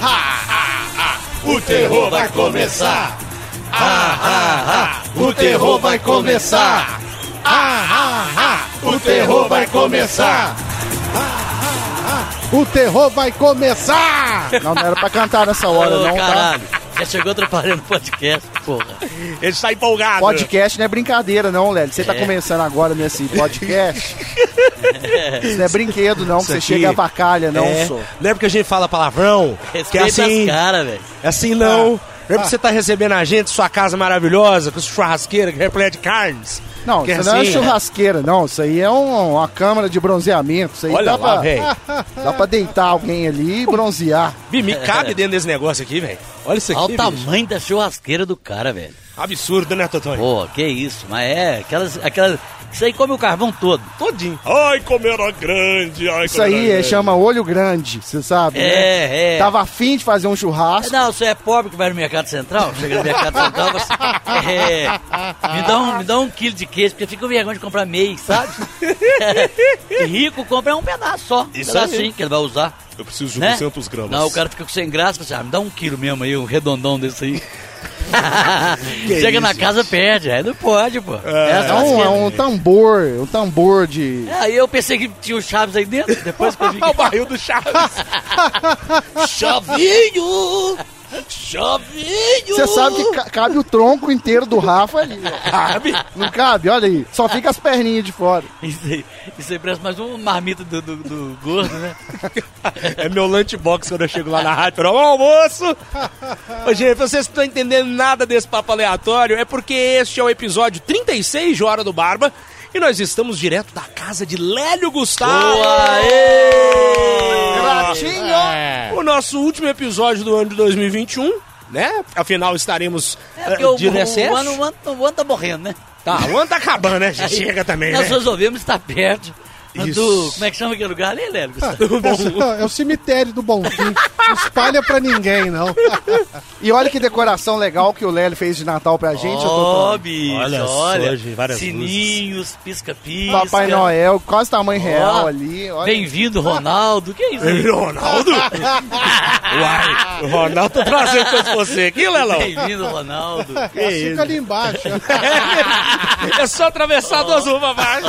O terror vai começar! O terror vai começar! O terror vai começar! O terror vai começar! Não era pra cantar nessa hora, não, caralho. Já chegou atrapalhando o podcast, porra. Ele está empolgado. Podcast não é brincadeira, não, Lélio. Você tá começando agora nesse podcast. Isso não é brinquedo, não. Você chega a avacalha, não, sou. Lembra que a gente fala palavrão? Respeita que é assim, as caras, velho. É assim não. Lembra que você tá recebendo a gente, sua casa maravilhosa, com sua churrasqueira, que repleta de carnes? Não, isso não é churrasqueira, não. Isso aí é uma câmara de bronzeamento. Isso aí olha dá lá, velho. Dá pra deitar alguém ali e bronzear. Me cabe dentro desse negócio aqui, velho. Olha isso aqui, olha o tamanho da churrasqueira do cara, velho. Absurdo, né, Totonho? Pô, que isso. Mas é aquelas... Isso aí come o carvão todo. Todinho. Ai, comeram grande. Ai, isso aí chama olho grande, você sabe, né? Tava afim de fazer um churrasco. Não, você é pobre que vai no Mercado Central. Chega no Mercado Central, você... me dá um quilo de queijo, porque eu fico com vergonha de comprar meio, sabe? E rico compra um pedaço só. Isso um pedacinho que ele vai usar. Eu preciso de 200 gramas. Não, o cara fica sem graça, você me dá um quilo mesmo aí, um redondão desse aí. Chega na casa, perde, aí não pode, pô. É um tambor de... Aí eu pensei que tinha o Chaves aí dentro, depois que eu vi que... o barril do Chaves. Chavinho! Chavinho! Você sabe que cabe o tronco inteiro do Rafa ali. Cabe? Não cabe? Olha aí. Só fica as perninhas de fora. Isso aí parece mais um marmita do gordo, né? É meu lunchbox quando eu chego lá na rádio para o almoço. Ô, gente, vocês não estão entendendo nada desse papo aleatório, é porque este é o episódio 36 de Hora do Barba e nós estamos direto da casa de Lélio Gustavo. Gratinho! O nosso último episódio do ano de 2021, né? Afinal, estaremos de recesso. O ano tá morrendo, né? Tá, o ano tá acabando, né? Já chega também, nós né? Nós resolvemos estar perto. Como é que chama aquele lugar ali, Lélio? É o cemitério do Bonfim. Não espalha pra ninguém, não. E olha que decoração legal que o Lélio fez de Natal pra gente. Bicho, olha várias sininhos, pisca-pisca. Papai Noel, quase tamanho real ali. Bem-vindo, Ronaldo. Que é isso? Ronaldo? Uai, o Ronaldo tá trazendo pra você aqui, Lelão. Bem-vindo, Ronaldo. Fica ali embaixo. É só atravessar duas ruas abaixo.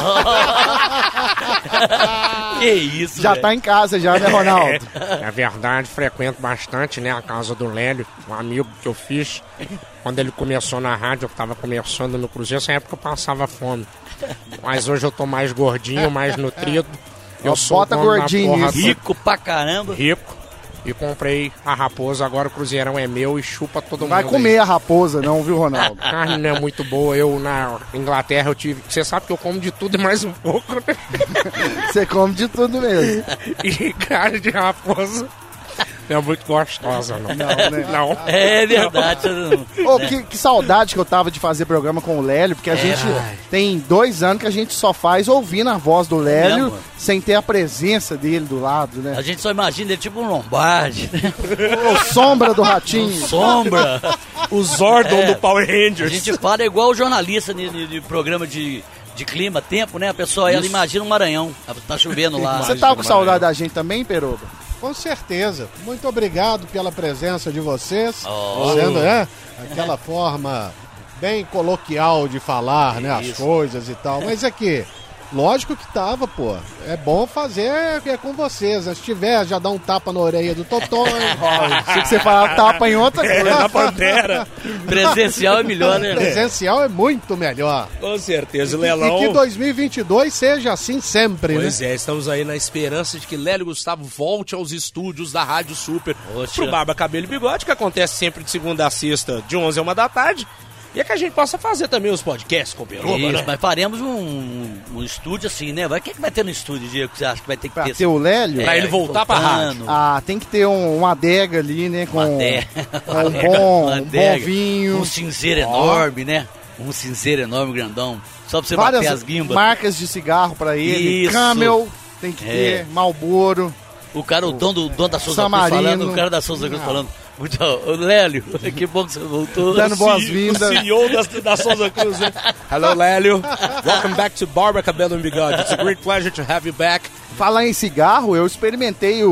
Que isso, já tá em casa já, né, Ronaldo? É verdade, frequento bastante, né, a casa do Lélio, um amigo que eu fiz. Quando ele começou na rádio, eu tava começando no Cruzeiro, nessa época eu passava fome. Mas hoje eu tô mais gordinho, mais nutrido. Eu sou bota gordinho, rico pra caramba. Rico. E comprei a raposa, agora o Cruzeirão é meu e chupa todo mundo. Vai comer aí a raposa não, viu, Ronaldo? A carne não é muito boa, eu na Inglaterra eu tive... Você sabe que eu como de tudo e mais um pouco, né? Você come de tudo mesmo. E carne de raposa não é muito gostosa, não. Não. É verdade. Oh, que saudade que eu tava de fazer programa com o Lélio, porque a gente tem 2 anos que a gente só faz ouvindo a voz do Lélio sem ter a presença dele do lado, né? A gente só imagina ele tipo um Lombardi, né? O Sombra do Ratinho. Sombra. O Zordon do Power Rangers. A gente fala igual o jornalista de programa de clima, tempo, né? A pessoa, ela imagina um Maranhão. Tá chovendo lá. Você tá com saudade da gente também, Peroba? Com certeza. Muito obrigado pela presença de vocês. Sendo, né, aquela forma bem coloquial de falar, né, as coisas e tal. Mas é que, lógico que tava, pô. É bom fazer com vocês. Se tiver, já dá um tapa na orelha do Totonho. Se você falar tapa em outra coisa. Da Pantera. Presencial é melhor, né? Presencial é muito melhor. Com certeza, Lelão. E que 2022 seja assim sempre, pois né? Estamos aí na esperança de que Lélio Gustavo volte aos estúdios da Rádio Super pro Barba, Cabelo e Bigode, que acontece sempre de segunda a sexta, de 11 a 1 da tarde. E é que a gente possa fazer também os podcasts com o Peroba, né? Mas faremos um estúdio assim, né? O que vai ter no estúdio, Diego, que você acha que vai ter que ter? Ter o Lélio? Pra ele voltar pra rádio. Tem que ter uma adega ali, né? Com um bom vinho. Um cinzeiro enorme, né? Um cinzeiro enorme, grandão. Só pra você várias bater as guimbas. Marcas de cigarro pra ele. Isso. Camel, tem que ter. Marlboro. O cara, o dono da Souza Cruz falando, o cara da Souza Cruz falando. Muito, Lélio, que bom que você voltou. Dando boas-vindas. O CEO da Souza Cruz, né? Hello, Lélio. Welcome back to Barba, Cabelo e Bigode. It's a great pleasure to have you back. Falar em cigarro, eu experimentei o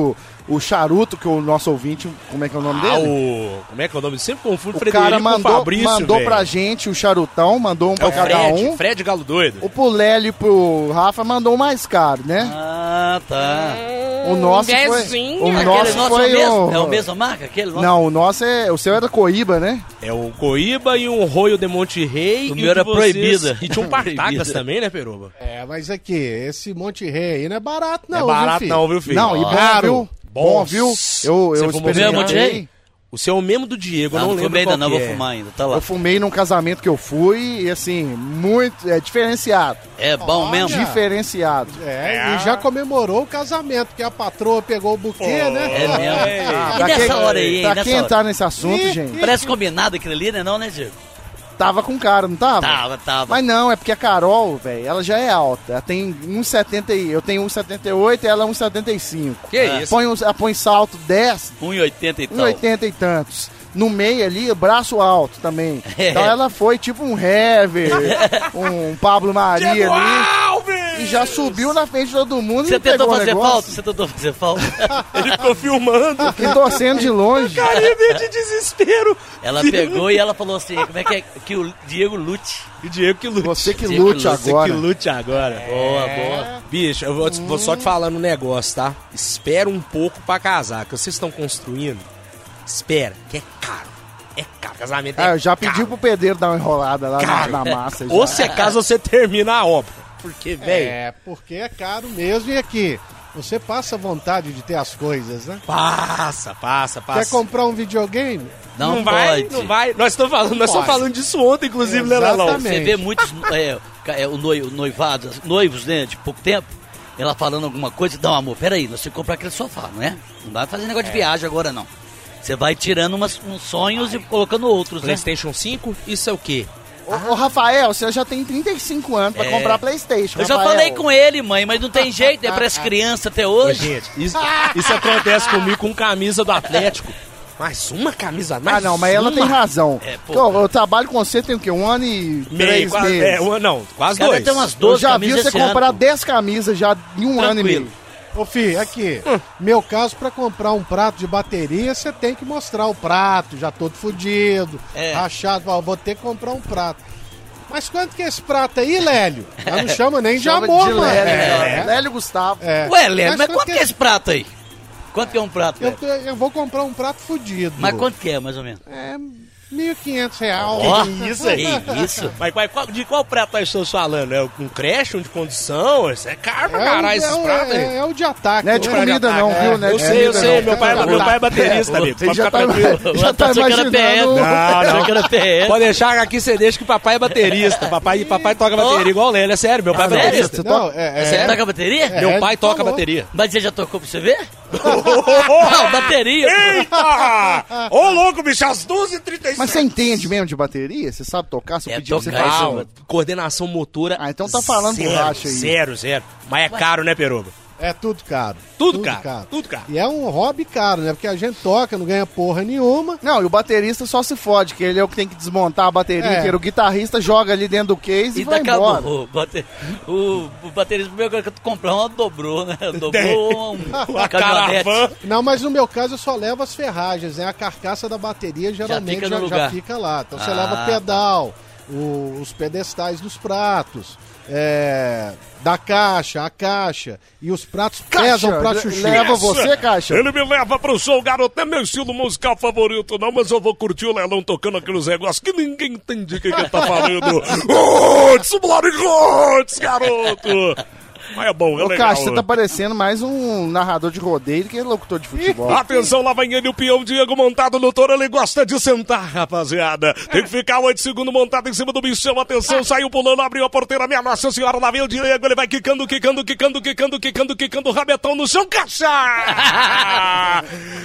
o charuto, que o nosso ouvinte, como é que é o nome dele? Como é que é o nome? Sempre confundo O Frederico cara mandou, Fabrício, mandou velho. pra gente o charutão, mandou um pra o cada um. Fred Galo Doido. O pro Lélio e pro Rafa mandou o mais caro, né? Ah, tá. O nosso foi... Dezinho. O Aquele nosso nosso foi é o mesmo? o... É a mesma marca? Aquele nosso? Não, o nosso é... O seu era Coíba, né? É um Coíba e um Roio de Monte Rei. O e meu era de vocês- proibida. E tinha um Partagas Proibida. também, né, Peruba? É, mas aqui, esse Monte Rei aí não é barato, não. Não é barato viu, filho? não, viu, filho? Não, e bom, Caro. viu? Bom, viu? Você Eu fumou experimentei. Monte Rei? O seu é o mesmo do Diego, eu Não, não não lembro fumei ainda, qual não, que vou é. fumar ainda, tá lá. Eu fumei num casamento que eu fui e, assim, muito... É diferenciado. É bom mesmo? Diferenciado. É, e já comemorou o casamento, que a patroa pegou o buquê, né? É mesmo. É. E Pra nessa quem- hora aí, hein? Pra Nessa quem hora. entrar nesse assunto, gente, Parece combinado aquilo ali, né, não, né, Diego? tava com cara, não tava? Tava. Mas não, é porque a Carol, velho, ela já é alta. Ela tem 1,70 e eu tenho 1,78 e ela 1,75. Que isso? Ela põe salto 10, 1,80 e tal. 1,80 e tantos. No meio ali, braço alto também. É. Então ela foi tipo um Hever, um Pablo Maria Diego ali. Alves! E já subiu na frente de todo mundo Você e pegou tentou o fazer negócio. falta? Você tentou fazer falta? Ele ficou filmando. Fiquei torcendo de longe. Carinha de desespero. Ela pegou e ela falou assim, como é que o Diego lute. E o Diego que lute. Você que Diego lute Lute, Você agora. que lute agora. Boa. Bicho, eu vou só te falando um negócio, tá? Espera um pouco pra casar, que vocês estão construindo. Espera, que é caro. É caro. Casamento é Ah, eu já pedi caro. pro pedreiro dar uma enrolada lá Caro. na massa. Já. Ou você casa ou você termina a obra. Porque, velho, É, porque é caro mesmo e aqui, você passa vontade de ter as coisas, né? passa. Quer comprar um videogame? Não, vai, pode. não vai. Nós estamos falando disso ontem, inclusive, né, Lelão? Exatamente. Você vê muitos noivados, noivos, né, de pouco tempo, ela falando alguma coisa, não, amor, peraí, nós temos que comprar aquele sofá, não é? Não vai fazer negócio de viagem agora, não. Você vai tirando uns sonhos e colocando outros, né? PlayStation 5, isso é o quê? Ô, Rafael, você já tem 35 anos pra comprar PlayStation. Eu já Rafael. falei com ele, mãe, mas não tem jeito, é para as crianças até Ô, hoje. gente, isso acontece comigo com camisa do Atlético. Mais uma camisa, mais Ah, não, mas ela uma? tem razão. É, pô. Eu trabalho com você tem o quê? 1 ano e 3 quase, meses. quase Cara, dois. tem umas Eu 12 já vi camisas você esse ano, comprar pô. 10 camisas já em um ano e Tranquilo. meio. Ô, Fih, aqui, meu caso, pra comprar um prato de bateria, você tem que mostrar o prato, já todo fudido, É. rachado, fala, vou ter que comprar um prato. Mas quanto que é esse prato aí, Lélio? Eu não chama nem de Chama amor, de mano. Lélio, Lélio Gustavo. É. Ué, Léo, mas quanto que que é esse prato aí? Quanto que é um prato, eu, Léo? eu vou comprar um prato fudido. Mas quanto que é, mais ou menos? É R$1.500. Ó, Que isso aí? que isso? Mas de qual prato nós estamos falando? É um creche, um de condução? Isso é caro pra caralho, esses pratos aí. é o de ataque. Não é de né? comida não, viu? Não é Eu de sei, comida não. meu pai é baterista, amigo. Você Pode já ficar tá, tranquilo. já tá Achou que era PS. imaginando... Achou que era PS. Pode deixar que aqui você deixa que o papai é baterista. Papai toca bateria igual o Lélio, é sério, meu pai é sério? baterista. Você Não, toca... Você toca bateria? Meu pai ele toca falou. bateria. Mas você já tocou pra você ver? Não, bateria. pô. Eita! Ô, louco, bicho, às 12h37. Mas você entende mesmo de bateria? Você sabe tocar? Se eu É pedir pra você tocar, fazer isso, um... Coordenação motora. Ah, então tá falando zero, borracha aí. Zero. Mas é caro, né, Peruba? É tudo caro. Tudo caro. Tudo caro. E é um hobby caro, né? Porque a gente toca, não ganha porra nenhuma. Não, e o baterista só se fode, que ele é o que tem que desmontar a bateria É. inteira. O guitarrista joga ali dentro do case e E vai daqui embora. o baterista meu que comprar uma dobrou, né? Dobrou uma caminhonete. Caravana. Não, mas no meu caso eu só levo as ferragens, né? A carcaça da bateria geralmente fica no já lugar. fica lá. Então você Ah, leva pedal, os pedestais dos pratos, da caixa, a caixa. E os pratos pesam pra chuchu. leva você, Caixa. Ele me leva pro show, garoto. É meu estilo musical favorito, não, mas eu vou curtir o Lelão tocando aqueles negócios que ninguém entende o que ele tá falando. Roots, Bloody Roots, garoto. Mas é bom, é Ô, legal. Caixa, você tá parecendo mais um narrador de rodeio do que locutor de futebol. Atenção, lá vem ele, o peão Diego montado no touro, ele gosta de sentar, rapaziada. Tem que ficar 8 segundos montado em cima do bichão, atenção, saiu pulando, abriu a porteira, minha Nossa Senhora, lá vem o Diego, ele vai quicando, rabetão no chão, Caixa!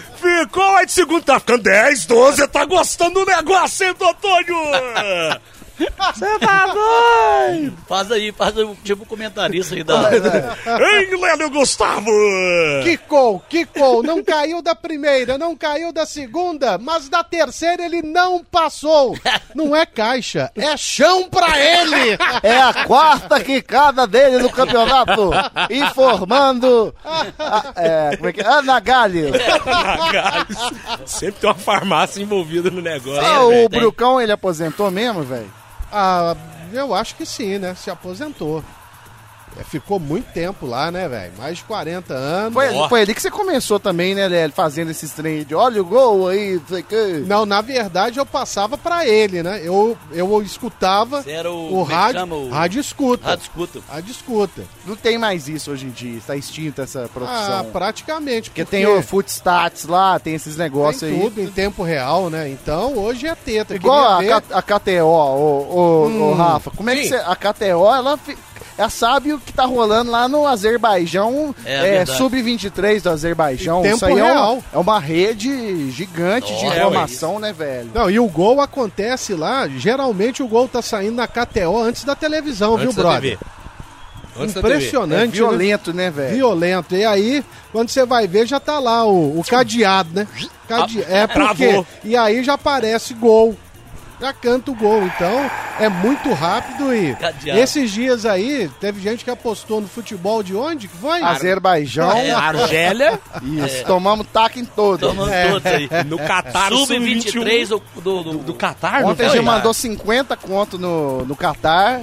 Ficou 8 segundos, tá ficando 10, 12, tá gostando do negócio, hein, Antônio? Você tá doido? Faz aí, tipo comentarista aí da... Hein, Lélio Gustavo? Quicou, não caiu da primeira, não caiu da segunda, mas da terceira ele não passou. Não é caixa, é chão pra ele. É a quarta quicada dele no campeonato. Informando como é que é? Ana Galho. Sempre tem uma farmácia envolvida no negócio. O Brucão, ele aposentou mesmo, velho? Ah, eu acho que sim, né? Se aposentou. Ficou muito tempo lá, né, velho? Mais de 40 anos. Foi ali que você começou também, né, Lélio? Fazendo esses trem de olha o gol aí, não sei o quê. Não, na verdade eu passava pra ele, né? Eu escutava o rádio. Rádio escuta. Rádio escuta. Não tem mais isso hoje em dia, está extinta essa profissão. Praticamente. Porque tem o Footstats lá, tem esses negócios tem aí. Tudo em tempo real, né? Então hoje é teta. Igual a KTO, Rafa. Como é que você. A KTO, ela sabe o que tá rolando lá no Azerbaijão, sub-23 do Azerbaijão. Tempo isso aí real. É uma rede gigante de informação, né, velho? Não, e o gol acontece lá, geralmente o gol tá saindo na KTO antes da televisão, viu, brother? Impressionante. Violento, né, velho? Violento. E aí, quando você vai ver, já tá lá o cadeado, né? Porque. E aí já aparece gol. Já canta o gol, então é muito rápido e esses dias aí, teve gente que apostou no futebol de onde que foi? Azerbaijão. Argélia. Isso, tomamos taco em todos. Tomamos todos aí. No Catar, Sub-23 do Catar. Ontem a gente mandou 50 conto no Catar.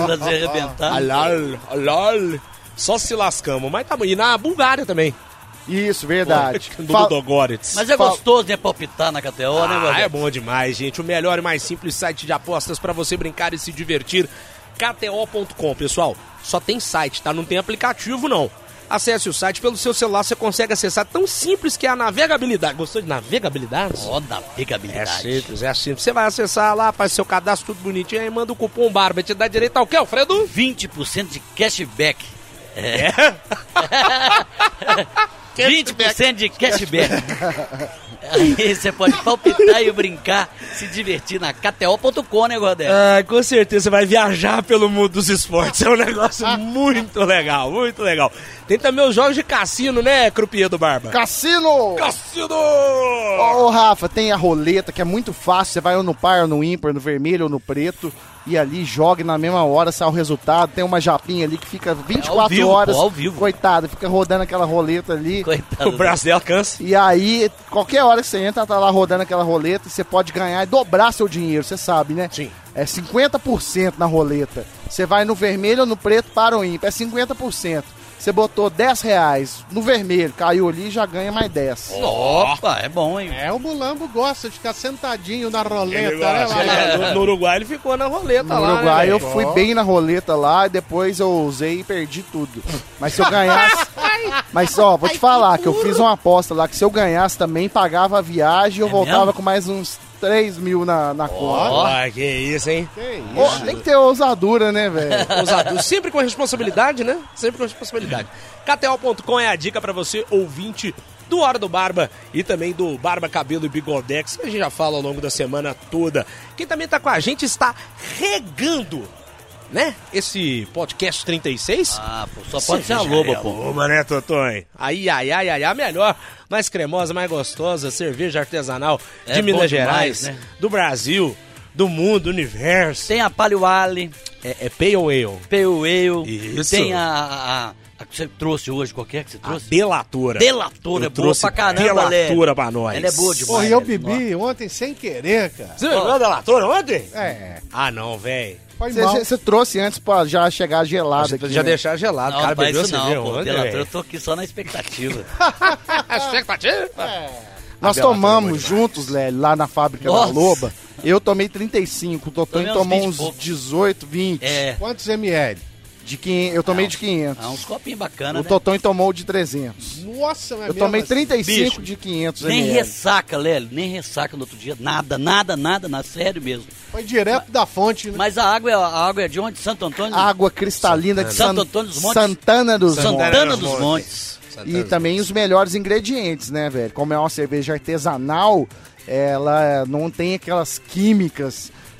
Alal. Só se lascamos, mas tá bom. E na Bulgária também. Isso, verdade. Mas é gostoso, né, palpitar na KTO, né, é bom demais, gente. O melhor e mais simples site de apostas para você brincar e se divertir. KTO.com, pessoal. Só tem site, tá? Não tem aplicativo, não. Acesse o site, pelo seu celular você consegue acessar. Tão simples que é a navegabilidade. Gostou de navegabilidade? Navegabilidade. É simples. Você vai acessar lá, faz seu cadastro tudo bonitinho, aí manda o cupom BARBA. Te dá direito ao quê, Alfredo? 20% de cashback. 20% de cashback. Aí você pode palpitar e brincar, se divertir na KTO.com, né, Godé? Com certeza, você vai viajar pelo mundo dos esportes. É um negócio muito legal, muito legal. Tem também os jogos de cassino, né, Croupier do Barba? Cassino! Ô, Rafa, tem a roleta, que é muito fácil. Você vai ou no par, ou no ímpar, no vermelho ou no preto. E ali joga e na mesma hora sai o resultado. Tem uma japinha ali que fica 24 horas. Ao vivo. Coitada, fica rodando aquela roleta ali. Coitado. O braço dela cansa. E aí, qualquer hora que você entra, tá lá rodando aquela roleta e você pode ganhar e dobrar seu dinheiro, você sabe, né? Sim. É 50% na roleta. Você vai no vermelho ou no preto para o ímpar, é 50%. Você botou R$10 no vermelho, caiu ali e já ganha mais 10. Opa, é bom, hein? O Mulambo gosta de ficar sentadinho na roleta, né? No Uruguai ele ficou na roleta lá. No Uruguai né, eu fui bem na roleta lá e depois eu usei e perdi tudo. Mas se eu ganhasse... Mas ó, vou te falar que eu fiz uma aposta lá que se eu ganhasse também pagava a viagem e eu voltava mesmo? com mais uns 3 mil na conta. Que isso, hein? Tem que ter ousadura, né, velho? Ousadura. Sempre com responsabilidade, né? Sempre com responsabilidade. KTO.com é a dica pra você, ouvinte do Hora do Barba e também do Barba, Cabelo e Bigodex, que a gente já fala ao longo da semana toda. Quem também tá com a gente está regando, né? Esse podcast 36. Só pode ser a loba, pô. Loba, né, Totonho? Ai, a melhor, mais cremosa, mais gostosa, cerveja artesanal de Minas Gerais, demais, né? Do Brasil, do mundo, do universo. Tem a Palio Ale. É Pale Ale. Pale Ale. Isso. Tem a que você trouxe hoje, qualquer que você trouxe? A Delatora. Delatora é boa pra caramba, Delatora pra nós. Ela é boa demais. Porra, eu bebi ontem sem querer, cara. Você bebeu a Delatora ontem? É. Ah, não, velho. Você trouxe antes pra já chegar gelado aqui, Já né? deixar gelado. Não, O cara não bebeu isso não, cerveja pô. ontem, Delatora, velho. eu tô aqui só na expectativa. Expectativa? Nós A Delatora tomamos é boa juntos, Lélio, lá na fábrica da Nossa. Loba. Eu tomei 35, o Totonho Tomei uns tomou 20 e uns pouco. 18, 20. Quantos ml? Eu tomei de 500. Uns copinhos bacanas, O né? Totonho tomou de 300. Nossa, mas Eu tomei mesmo 35 bicho, de 500 Nem ml. ressaca, Lélio, nem ressaca no outro dia. Nada, sério mesmo. Foi direto da fonte, né? Mas a água é de onde? Santo Antônio? Água cristalina de Santo Antônio dos Montes. Santana dos Santana Montes. dos Montes. E também os melhores ingredientes, né, velho? Como é uma cerveja artesanal, ela não tem aquelas químicas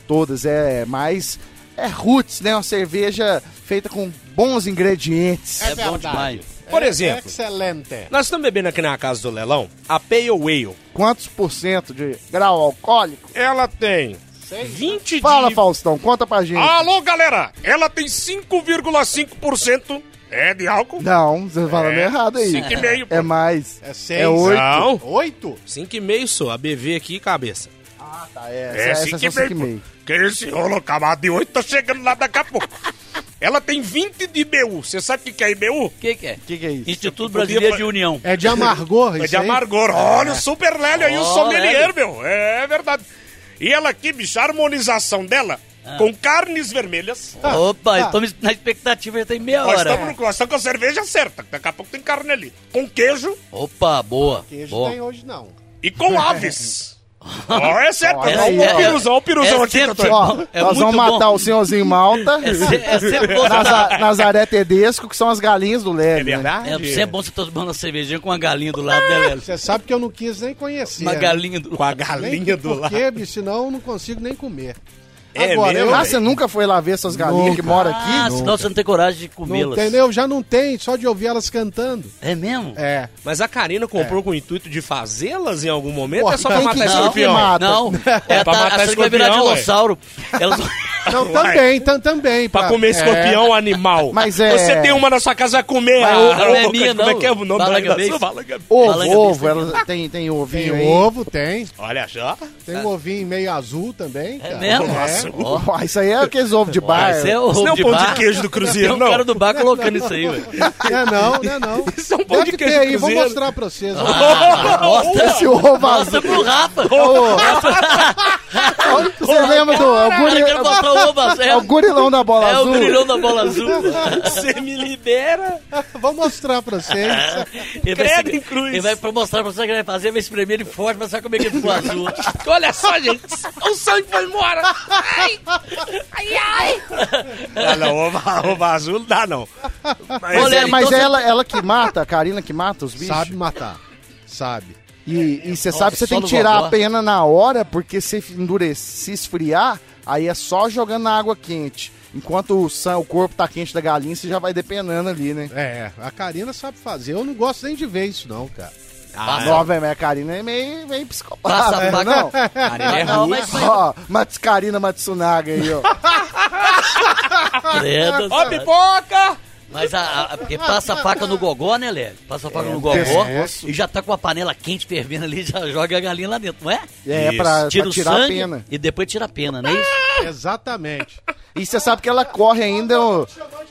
todas, é mais... É roots, né? Uma cerveja feita com bons ingredientes. É bom demais. Por exemplo, Excelente. nós estamos bebendo aqui na casa do Lelão a Pale Ale. Quantos por cento de grau alcoólico? Ela tem 20 Fala, de... Faustão, conta pra gente. Alô, galera! Ela tem 5,5% de álcool. Não, você tá falando errado aí. 5,5%. É mais. É 6. É 8. Não. 8? 5,5 só. A BV aqui, cabeça. Ah, tá. Essa é só 5,5. Que esse rolo camada de 8 tá chegando lá daqui a pouco. Ela tem 20 de IBU. Você sabe o que é IBU? O que é? O que é isso? Instituto Brasileiro de União. É de amargor, É isso de aí? amargor. Olha o super Lélio aí, o Ó, sommelier, Lélio. meu. É verdade. E ela aqui, bicho, a harmonização dela com carnes vermelhas. Opa, eu tô na expectativa, já tem meia Nós hora. estamos com a cerveja certa. Daqui a pouco tem carne ali. Com queijo Opa, boa. Queijo boa. tem hoje não. e com aves. Ó, é certo. Olha Olha aí, o ó. piruzão, o piruzão É aqui que eu tô... sempre- Ó, É nós vamos muito matar bom. o senhorzinho Malta, É sempre bom. Nazaré Tedesco, que são as galinhas do Lélio. É né? verdade. É sempre bom você tomar uma cervejinha com uma galinha do lado, né, velho? Você sabe que eu não quis nem conhecer. Uma né? galinha do Com a lado. galinha do lado. Porque, bicho, senão eu não consigo nem comer. É Agora, mesmo? eu Ah, você nunca foi lá ver essas galinhas que moram aqui? Ah, senão você não tem coragem de não comê-las. tem, eu já não tenho, só de ouvir elas cantando. É mesmo? É. Mas a Karina comprou com o intuito de fazê-las em algum momento? Pô, É só pra quem matar que escorpião? mata? Não, É pra matar achando que vai virar escorpião, ué. dinossauro. Elas... Não, Uai. também. Pra comer escorpião animal. Mas é- Você tem uma na sua casa, vai comer Mas a... não é minha, Como é não. que é o nome Balaga da Base. sua? Balaga Base. Balanga Ovo, besta. ela tem ovinho Tem aí. ovo, tem. Olha só. Tem um ovinho meio azul também. É cara. mesmo? Nossa. Ó, Ó, isso aí é aqueles ovos de bar. esse é o Isso não é ovo um de pão bar. de queijo do Cruzeiro, Tem um não? cara do bar colocando isso aí, velho. Não é não. Isso é um pão Deve de ter queijo aí, vou Cruzeiro. mostrar pra vocês. Nossa, Esse ovo nossa, azul. pro Rafa. Você lembra do Eu quero mostrar o ovo azul. é o gurilão da bola É o azul? grilhão da bola azul. Você me libera. Vou mostrar pra vocês. Ele vai, Credo em cruz. ele vai pra mostrar pra você o que ele vai fazer, vai espremer ele forte, mas sabe como é que ele ficou azul. Olha só, gente. O sangue foi embora. Ai. Ah, não, ovo azul não dá, não. Mas, Olha, Mas então é ela que mata, a Karina que mata os bichos? Sabe matar. Sabe. E você sabe que você só tem que no tirar vovó. a pena na hora, porque se endurecer, se esfriar, aí é só jogando na água quente. Enquanto o corpo tá quente da galinha, você já vai depenando ali, né? É, a Karina sabe fazer. Eu não gosto nem de ver isso não, cara. Não, velho, mas a Karina é meio psicopata, Passa a né? faca. Não. Karina é Não, ruim. mas Ó, Karina Matsunaga aí, ó. credo. Ó, pipoca! Mas porque passa a faca no gogó, né, Lélio? Passa a faca no gogó pescoço. e já tá com a panela quente fervendo ali, já joga a galinha lá dentro, não é? É, Isso. pra Tira o tirar a sangue pena. e depois tira a pena, não é isso? Exatamente. E você sabe que ela corre ainda, ó,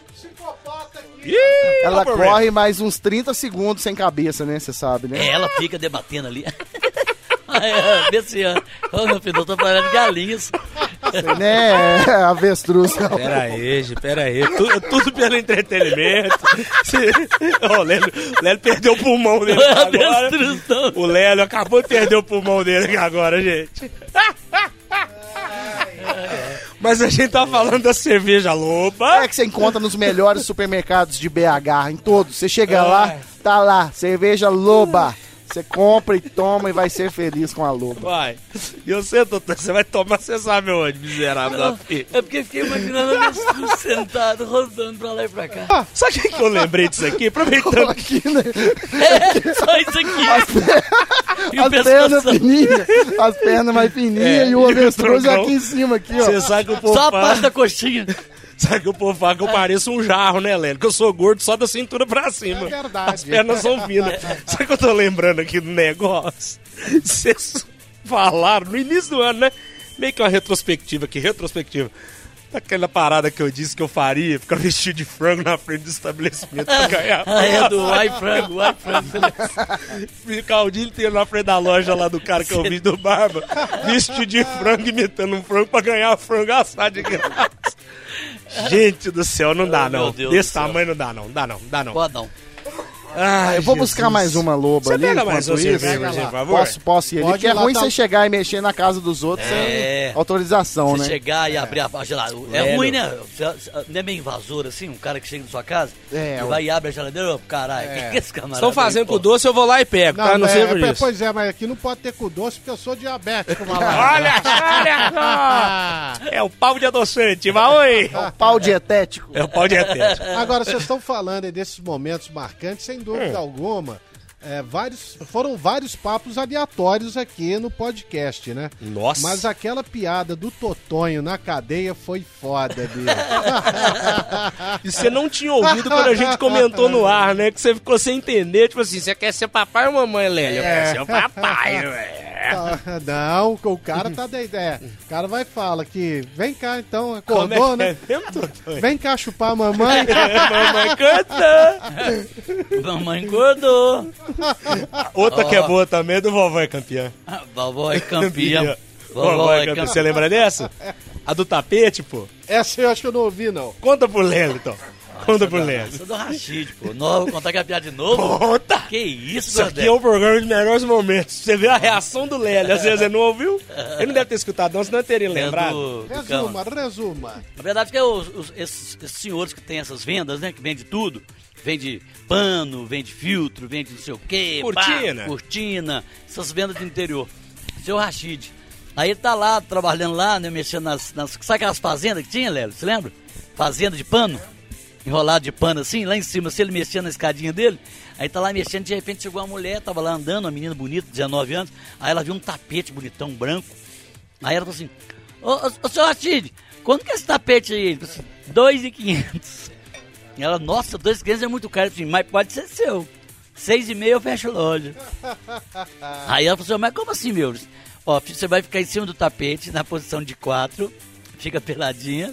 Ih, ela não, problema. corre mais uns 30 segundos sem cabeça, né? Você sabe, né? É, ela fica debatendo ali. Vê se... Ô, meu filho, eu tô falando de galinhas. Né? Avestruz. Pera aí. Tudo pelo entretenimento. Ó, o Lélio perdeu o pulmão dele agora. Destruição. O Lélio acabou de perder o pulmão dele aqui agora, gente. Mas a gente tá falando da cerveja Loba. É que você encontra nos melhores supermercados de BH, em todos. Você chega lá, tá lá, cerveja Loba. Você compra e toma e vai ser feliz com a Loba. Vai. E você, doutor, você vai tomar, você sabe onde, miserável da filha. É porque eu fiquei imaginando a avestruz sentado, rodando pra lá e pra cá. Sabe o que eu lembrei disso aqui? Aproveitando Aqui, né? É, só isso aqui. E o As pernas pescoço. fininhas, as pernas mais fininhas e o avestruz troncão. aqui em cima, aqui, ó. Você sabe que o povo Só a fala, parte da coxinha. sabe que o povo fala que eu pareço um jarro, né, Lélio? Que eu sou gordo só da cintura pra cima. É verdade. As pernas são finas. Sabe o que eu tô lembrando aqui do negócio? Vocês falaram no início do ano, né? Meio que uma retrospectiva aqui, Aquela parada que eu disse que eu faria, ficar vestido de frango na frente do estabelecimento pra ganhar. Ah, é do Ai Frango. Ficar o dia inteiro na frente da loja lá do cara que eu vi do Barba, vestido de frango, imitando um frango pra ganhar frango assado de graça. Gente do céu, não dá Oh, não. meu Deus Desse do céu. tamanho não dá não. Pode não. Eu vou buscar mais uma loba ali. Você pega mais uma cerveja, por favor? Posso ir ali, porque é ruim você chegar e mexer na casa dos outros sem autorização, Você né? chegar e abrir a geladeira. É ruim, né? Não é meio invasor assim, um cara que chega na sua casa e vai e abre a geladeira, caralho, que é esse camarada? Estão fazendo com doce, eu vou lá e pego, tá? Não sei por isso. Pois é, mas aqui não pode ter com doce porque eu sou diabético, Olha só! É o pau de adoçante, mas oi! É o pau dietético. É o pau dietético. Agora, vocês estão falando aí desses momentos marcantes, sem dúvida alguma. Foram vários papos aleatórios aqui no podcast, né? Nossa. Mas aquela piada do Totonho na cadeia foi foda, bicho. E você não tinha ouvido quando a gente comentou no ar, né? Que você ficou sem entender. Tipo assim, você quer ser papai ou mamãe, Lélia? Eu quero ser o papai, velho. Não, o cara tá da ideia. O cara vai e fala que vem cá então, acordou, né? Vem cá chupar a mamãe. Mamãe canta. Mamãe engordou. Outra que é boa também é do Vovó é Campeã. Vovó é campeã. Vovó é Campeã. Você lembra dessa? A do tapete, pô? Essa eu acho que eu não ouvi, não. Conta pro Lélia, então. Conta pro Lélia. Isso é do Rashid, pô. Vou contar que a piada de novo? Conta! Que isso, Isso aqui é um programa de melhores momentos. Você vê a reação do Lélia. Às vezes ele não ouviu. Ele não deve ter escutado, não, senão ele teria lembrado. Resuma. Na verdade, que esses senhores que tem essas vendas, né? Que vende tudo. Vende pano, vende filtro, vende não sei o quê. Cortina. Essas vendas do interior. Seu Rashid. Aí ele tá lá, trabalhando lá, né? Mexendo nas... Sabe aquelas fazendas que tinha, Lélia? Você lembra? Fazenda de pano. Enrolado de pano assim, lá em cima, assim, ele mexia na escadinha dele, aí tá lá mexendo, de repente chegou uma mulher, tava lá andando, uma menina bonita, 19 anos, aí ela viu um tapete bonitão, branco, aí ela falou assim, ô senhor Rashid, quanto que é esse tapete aí? Ele falou assim, 2.500. E ela, nossa, 2.500 é muito caro, assim, mas pode ser seu, 6,5 eu fecho a loja. Aí ela falou assim, mas como assim, meu? Ó, você vai ficar em cima do tapete, na posição de 4, fica peladinha,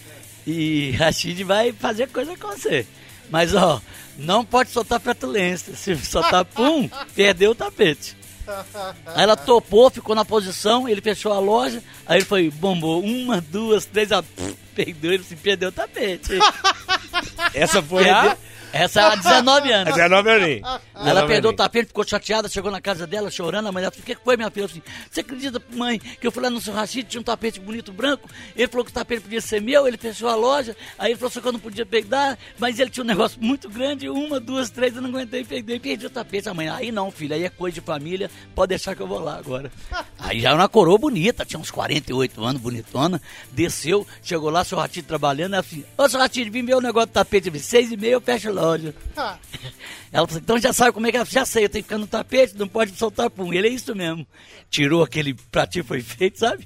e Rashid vai fazer coisa com você. Mas, ó, não pode soltar flatulência. Se soltar pum, perdeu o tapete. Aí ela topou, ficou na posição, ele fechou a loja, aí ele foi, bombou, 1, 2, 3, perdeu, ele perdeu o tapete. Essa foi a... Essa há 19 anos. 19 aninhos. Ela perdeu o tapete, ficou chateada, chegou na casa dela chorando. A mãe dela falou, o que foi, minha filha? Eu falei, você acredita, mãe, que eu fui lá no seu Rashid, tinha um tapete bonito branco, ele falou que o tapete podia ser meu, ele fechou a loja, aí ele falou só que eu não podia pegar, mas ele tinha um negócio muito grande, 1, 2, 3, eu não aguentei, perdi o tapete. A mãe, aí não, filha, aí é coisa de família, pode deixar que eu vou lá agora. Aí já era uma coroa bonita, tinha uns 48 anos, bonitona, desceu, chegou lá, seu Rashid trabalhando, ela falou, ô, seu Rashid, vim ver o negócio do tapete, 6,5 eu fecho a loja. Ela falou, então já sabe como é que é? Já sei, eu tenho que ficar no tapete, não pode soltar pum. Ele é isso mesmo. Tirou aquele pratinho foi feito, sabe?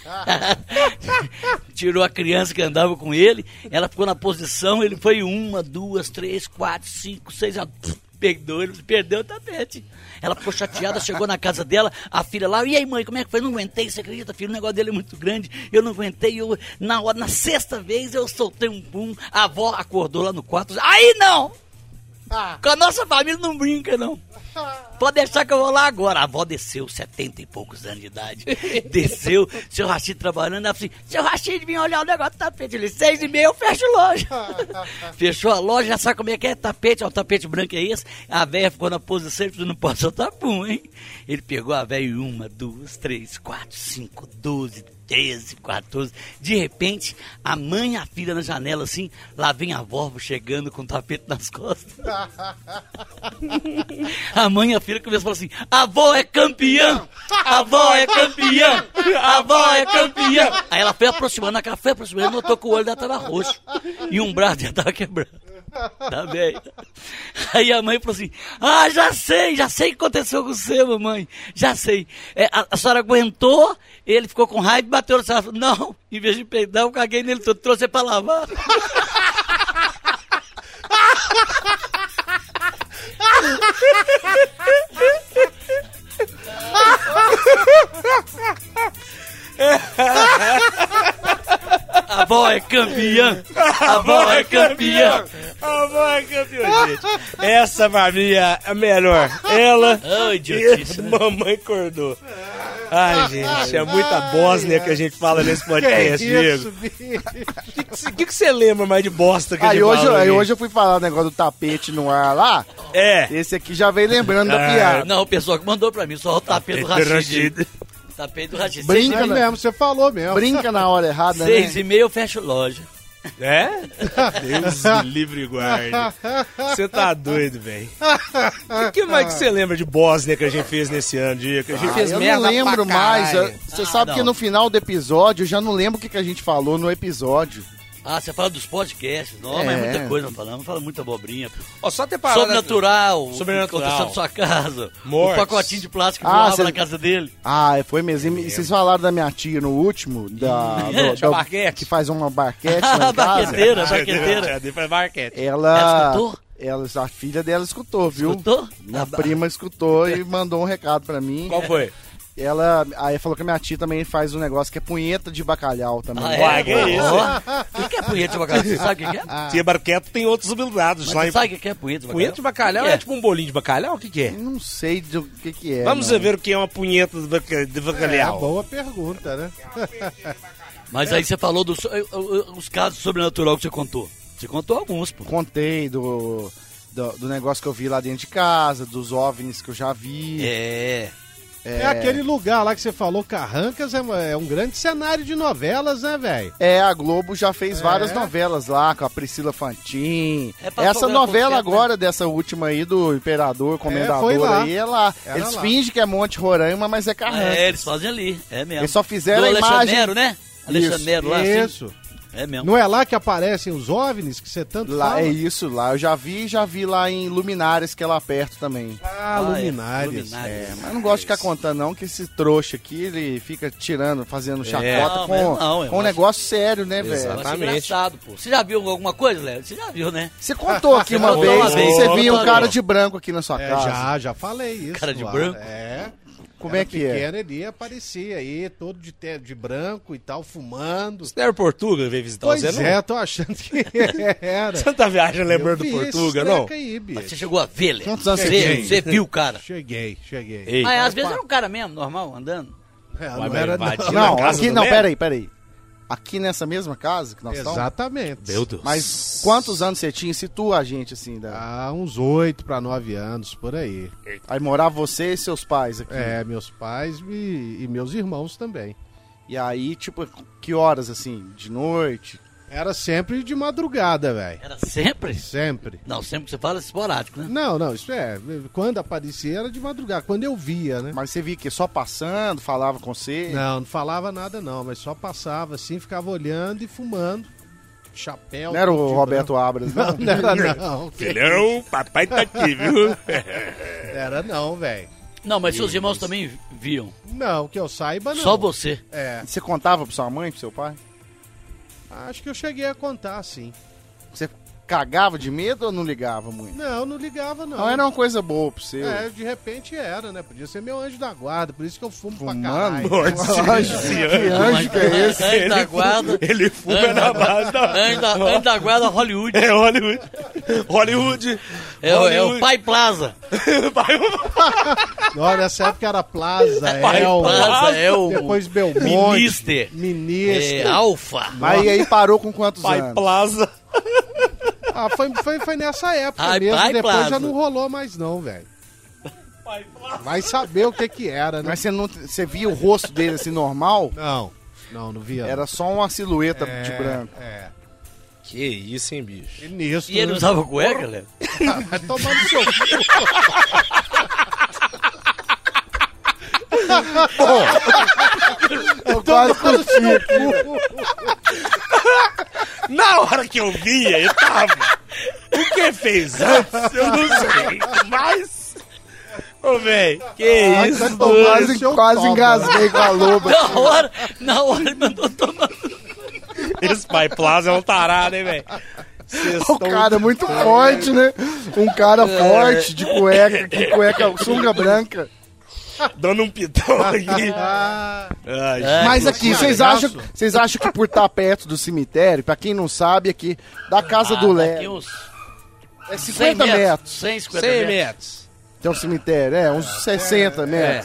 Tirou a criança que andava com ele, ela ficou na posição, ele foi 1, 2, 3, 4, 5, 6, perdeu o tapete. Ela ficou chateada, chegou na casa dela, a filha lá, e aí mãe, como é que foi? Não aguentei, você acredita, filho, o negócio dele é muito grande, eu não aguentei, na sexta vez eu soltei um pum, a avó acordou lá no quarto, aí não! Com a nossa família não brinca, não. Pode deixar que eu vou lá agora. A avó desceu, 70 e poucos anos de idade. Desceu, seu Rashid trabalhando. Ela falou assim, seu Rashid, vim olhar o negócio do tapete. Ele, 6,5 eu fecho a loja. Fechou a loja, já sabe como é que é tapete. Ó, o tapete branco é esse. A velha ficou na posição, ele não pode soltar pum, hein? Ele pegou a velha 1, 2, 3, 4, 5, 12, 13, 14. De repente, a mãe e a filha na janela, assim, lá vem a avó chegando com o tapete nas costas. A mãe e a filha começam a falar assim, a avó é campeã! A avó é campeã! A avó é campeã! Aí ela foi aproximando, notou que o olho dela estava roxo. E um braço já estava quebrado. Tá bem. Aí a mãe falou assim, já sei o que aconteceu com você, mamãe. Já sei. A senhora aguentou, ele ficou com raiva e bateu na senhora. Falou, não, em vez de peidar, eu caguei nele todo, trouxe ele pra lavar. A avó é campeã! A avó é campeã! A avó é campeã, gente. Essa família é melhor. Ela idiotice, e mamãe acordou. Ai, gente, é muita Bósnia que a gente fala nesse podcast, Diego. O que você lembra mais de bosta que a gente fala? Aí hoje eu fui falar o negócio do tapete no ar lá. Esse aqui já veio lembrando da piada. Não, o pessoal que mandou pra mim, só o tapete do Rashid. Tapete do Rashid. Brinca mesmo, você falou mesmo. Brinca na hora errada, 6h30 eu fecho loja. É? Deus me livre e guarde. Você tá doido, velho. O que mais que você lembra de Bósnia que a gente fez nesse ano, Diego? Que a gente fez eu merda não lembro mais. Você sabe não. que no final do episódio, eu já não lembro o que a gente falou no episódio. Ah, você fala dos podcasts. Não, mas é muita coisa falando. Fala muita abobrinha. Ó, só ter parado. Sobrenatural. O que Sobrenatural. aconteceu na sua casa. Mortes. O pacotinho de plástico que voava na casa dele. Ah, foi mesmo. E vocês falaram da minha tia no último, barquete. que faz uma barquete lá em casa. Barqueteira. Faz barquete. Ela escutou? A filha dela escutou, viu? Escutou? Minha prima escutou e mandou um recado pra mim. Qual foi? Ela aí falou que a minha tia também faz um negócio que é punheta de bacalhau também. Uai, que é isso? O que é punheta de bacalhau? Você sabe o que é? Tia Barqueto tem outros habilidades. Mas você sabe o que é punheta de bacalhau? Punheta de bacalhau é tipo um bolinho de bacalhau? O que é? Não sei do que é. Vamos ver o que é uma punheta de bacalhau. Boa pergunta, né? Mas aí você falou os casos sobrenaturais que você contou. Você contou alguns, pô. Contei do negócio que eu vi lá dentro de casa, dos OVNIs que eu já vi. É aquele lugar lá que você falou, Carrancas, é um grande cenário de novelas, né, velho? A Globo já fez várias novelas lá, com a Priscila Fantin. pra Essa novela tempo, agora, dessa última aí, do Imperador, Comendador lá. aí, é lá. Era Eles lá. fingem que é Monte Roraima, mas é Carrancas. Eles fazem ali, é mesmo. Eles só fizeram do a imagem... Alexandre Nero, né? Alexandre Nero lá, assim. Isso. É mesmo. Não é lá que aparecem os OVNIs que você tanto Lá, fala? é isso, lá eu já vi lá em Luminares, que é lá perto também. Luminares. Mas não gosto de ficar contando não, que esse trouxa aqui, ele fica fazendo chacota com um negócio sério, né, velho? Exatamente. Engraçado, pô. Você já viu alguma coisa, Léo? Você já viu, né? Você contou aqui uma vez que você viu um cara de branco aqui na sua casa. Já falei isso. Cara de lá. branco? Como é que é? Pequeno, ele aparecia aí, todo de branco e tal, fumando. Você não era Portuga, veio visitar Pois você, não? é, tô achando que era. Você não tá viajando lembrando do Portuga, não? Aí, bicho. Mas você chegou a ver, Léo? Quantos anos Você viu o cara? Cheguei. Ei. Mas às vezes era um cara mesmo, normal, andando. Não era invadir não. Não, casa aqui do não, Neto? peraí. Aqui nessa mesma casa que nós estamos? Exatamente. Meu Deus. Mas quantos anos você tinha? Situa a gente assim. Uns 8 para 9 anos, por aí. Aí morava você e seus pais aqui. Meus pais e meus irmãos também. E aí, tipo, que horas assim? De noite? Era sempre de madrugada, velho. Era sempre? Sempre. Não, sempre que você fala esporádico, né? Não, isso quando aparecia era de madrugada, quando eu via, né? Mas você via que só passando, falava com você? Não falava nada não, mas só passava assim, ficava olhando e fumando. Chapéu. Não era o Roberto Abras, não? Não era não. Filhão, papai tá aqui, viu? Era não, velho. Não, mas seus irmãos também viam. Não, que eu saiba não. Só você. Você contava pra sua mãe, pro seu pai? Acho que eu cheguei a contar, sim. Você cagava de medo ou não ligava muito? Não ligava não. Não era uma coisa boa pro seu. De repente era, né? Podia ser meu anjo da guarda, por isso que eu fumo pra Mano, caralho. que anjo que é esse? Anjo da guarda. Ele fuma na base da... Anjo da guarda Hollywood. É Hollywood. Hollywood. É o Pai Plaza. Olha, nessa época era Plaza, Plaza, depois Belmonte, Minister. Alfa. Mas e aí parou com quantos Pai anos? Plaza. Foi nessa época Ai, mesmo, Pai depois Plaza. já não rolou mais não, velho. Vai saber o que era, né? Mas você via o rosto dele assim normal? Não via. Era só uma silhueta de branco. Que isso, hein, bicho? Sinistro, E ele né? usava cueca, Léo? Vai tomar no seu cu. Eu quase curti aqui. Na hora que eu via, ele tava. O que fez antes, eu não sei. Mas... Ô, velho, que isso? Eu quase engasguei com a loba. Na hora ele mandou tomar. Esse Pai Plaza é um tarado, hein, velho? O cara é muito forte, né? Um cara forte, de cueca, sunga branca. Dando um pitão aqui. Mas aqui, vocês acham que por estar perto do cemitério, pra quem não sabe, aqui da casa do Léo, é 50 metros. 150 100 metros. metros. Tem um cemitério, uns 60 metros.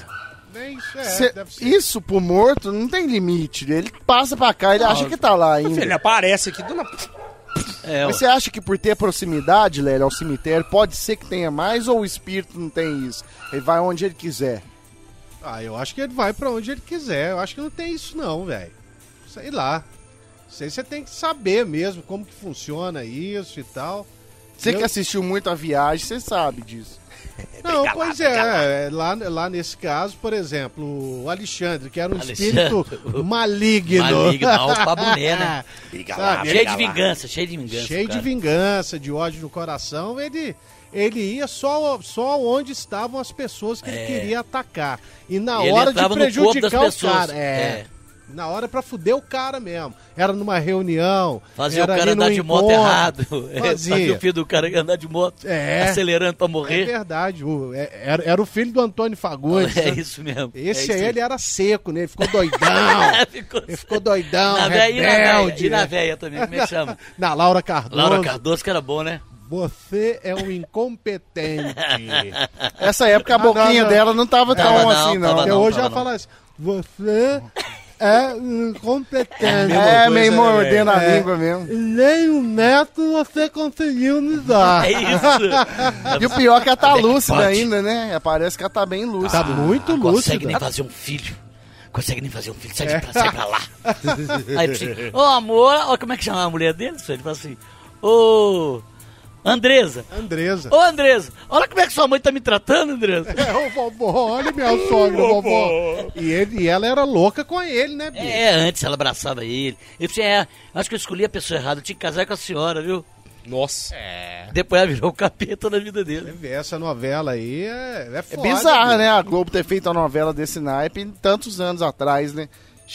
Isso pro morto não tem limite. Ele passa pra cá, ele acha que tá lá ainda. Ele aparece aqui do... Mas você acha que por ter proximidade, Lélio, ao cemitério, pode ser que tenha mais ou o espírito não tem isso? Ele vai onde ele quiser. Eu acho que ele vai pra onde ele quiser. Eu acho que não tem isso não, velho. Sei lá. Isso aí você tem que saber mesmo como que funciona isso e tal. Você que assistiu muito a Viagem, você sabe disso. Não, pois é. Lá nesse caso, por exemplo, o Alexandre, que era um espírito maligno. Maligno, pra mulher, né? Cheio de vingança. Cheio de vingança, de ódio no coração. Ele ia só onde estavam as pessoas que ele queria atacar. E na hora de prejudicar o cara. Na hora pra fuder o cara mesmo. Era numa reunião. Fazia o cara andar de moto errado. Fazia o filho do cara andar de moto acelerando pra morrer. É verdade. Era o filho do Antônio Fagundes. É isso mesmo. Esse aí, ele era seco, né? Ele ficou doidão. Ele ficou doidão, rebelde. E na véia também, como é que chama? Na Laura Cardoso. Laura Cardoso, que era bom, né? Você é um incompetente. Essa época a boquinha dela não tava tão assim, não. Porque hoje ela fala assim, você... é incompetente. Meio mordendo a língua mesmo. Nem um metro você conseguiu me dar. É isso. E o pior é que ela tá lúcida ainda, né? Parece que ela tá bem lúcida. Tá muito lúcida. Consegue nem fazer um filho. Sai pra lá. Aí ele assim, amor, olha como é que chama a mulher dele? Ele fala assim, Andresa. Ô, Andresa, olha como é que sua mãe tá me tratando, Andresa. Vovó, olha minha sogra, vovó. E ela era louca com ele, né, bicho? Antes ela abraçava ele. Ele disse, acho que eu escolhi a pessoa errada, eu tinha que casar com a senhora, viu? Nossa. Depois ela virou o capeta na vida dele. Essa novela aí é foda. É bizarra, né? A Globo ter feito uma novela desse naipe tantos anos atrás, né?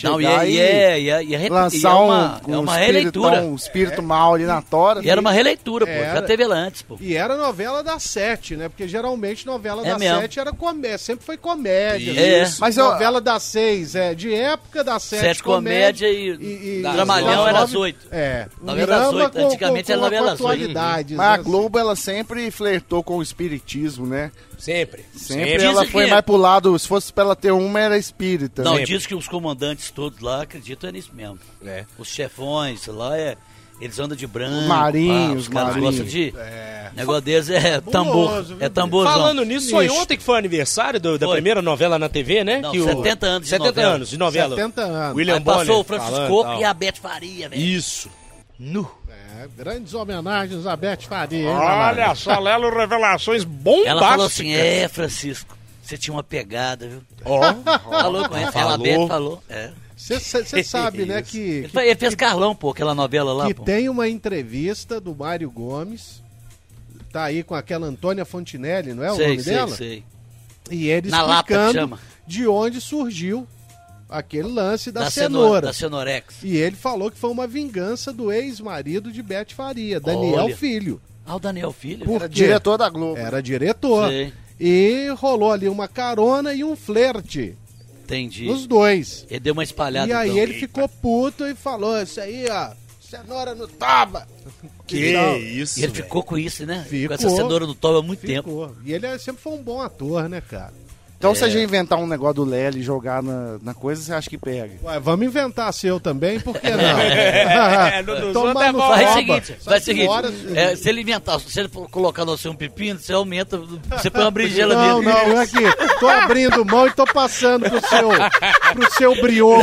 Lançar uma releitura. Um espírito mal ali na tora. E era uma releitura, já teve ela antes, pô. E era novela da 7, né? Porque geralmente novela da 7 era comédia, sempre foi comédia. Mas novela da 6 de época, da 7 comédia e Dramalhão era às 8. Novela das 8, antigamente era novela das 8. Mas a Globo, ela sempre flertou com o espiritismo, né? Sempre ela foi mais pro lado, se fosse pra ela ter uma, era espírita. Não, diz que os comandantes todos lá acreditam nisso mesmo. Os chefões lá, eles andam de branco. Os marinhos, os caras gostam de... O negócio deles é tambor. É tamborzão. Falando nisso, foi ontem que foi o aniversário da primeira novela na TV, né? Não, que 70 anos de 70 novela. anos de novela. 70 anos. William Bonner passou o Francisco Coco e a Beth Faria, velho. Isso. Grandes homenagens a Beth Faria, hein? Olha só, Lelo, revelações bombásticas. Ela falou assim, Francisco, você tinha uma pegada, viu? Falou com ela, a Beth falou. Você sabe, né, que... Ele fez Carlão, pô, aquela novela lá, que tem uma entrevista do Mário Gomes, tá aí com aquela Antônia Fontinelli, não é o nome dela? Sei. E ele Na explicando de onde surgiu aquele lance da cenoura. Da Cenorex. E ele falou que foi uma vingança do ex-marido de Beth Faria, Daniel Filho. O Daniel Filho? Era diretor da Globo. Era diretor. Sei. E rolou ali uma carona e um flerte. Entendi. Os dois. Ele deu uma espalhada. E aí ele ficou puto e falou, isso aí, cenoura no toba. Que isso, E ele ficou com isso, né? Ficou. Com essa cenoura no toba há muito tempo. E ele sempre foi um bom ator, né, cara? Então, se a gente inventar um negócio do Lely e jogar na coisa, você acha que pega? Ué, vamos inventar seu também, por que não? Tomar no Faz o seguinte, se ele inventar, se ele colocar no seu um pepino, você aumenta, você põe uma berinjela nele. Não, aqui, tô abrindo mão e tô passando pro seu brioco.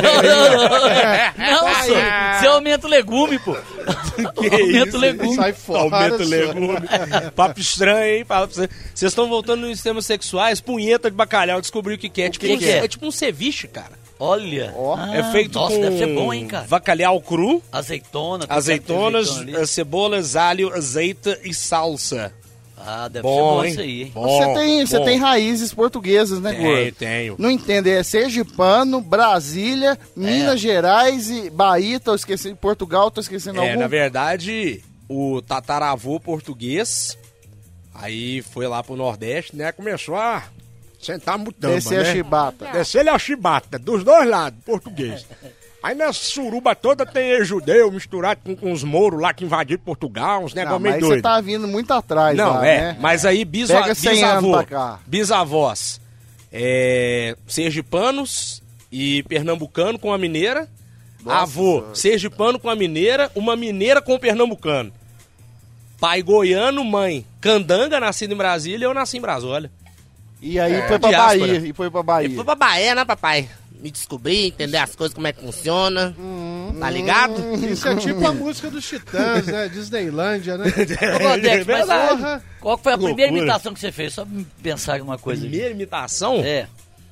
Você aumenta o legume, pô. Aumenta o legume. Sai fora. Aumenta o legume. Papo estranho, hein? Vocês estão voltando nos temas sexuais, punheta de bacalhau, descobriu o que é. É tipo um ceviche, cara. Olha. É feito com deve ser bom, hein, cara. bacalhau cru, azeitonas, cebolas, alho, azeite e salsa. Deve ser bom isso aí, hein? Você tem raízes portuguesas, né, Gordo? Tenho. Não entende, é sergipano, Brasília, Minas Gerais e Bahia, tô esquecendo, Portugal, tô esquecendo algum. Na verdade, o tataravô português, aí foi lá pro Nordeste, né, começou a sentar mutamba, Descer a chibata. Descer a chibata, dos dois lados, português. Aí nessa suruba toda tem judeu misturado com os mouros lá que invadiram Portugal, uns negócios meio doidos. Mas você tá vindo muito atrás não, lá, né? Mas aí Pega 100 anos pra cá. bisavós, sergipanos e pernambucano com a mineira. Nossa, avô, sergipano com a mineira, uma mineira com o pernambucano. Pai goiano, mãe candanga, nascido em Brasília, eu nasci em Brasília. E aí foi pra Bahia. E foi pra Bahia. E foi pra Bahia, né, papai? Me descobrir, entender as coisas, como é que funciona. Tá ligado? Isso é tipo a música dos Titãs, né? Disneylândia, né? Ô, mas qual foi a primeira imitação que você fez? Só me pensar em uma coisa. Primeira imitação? É.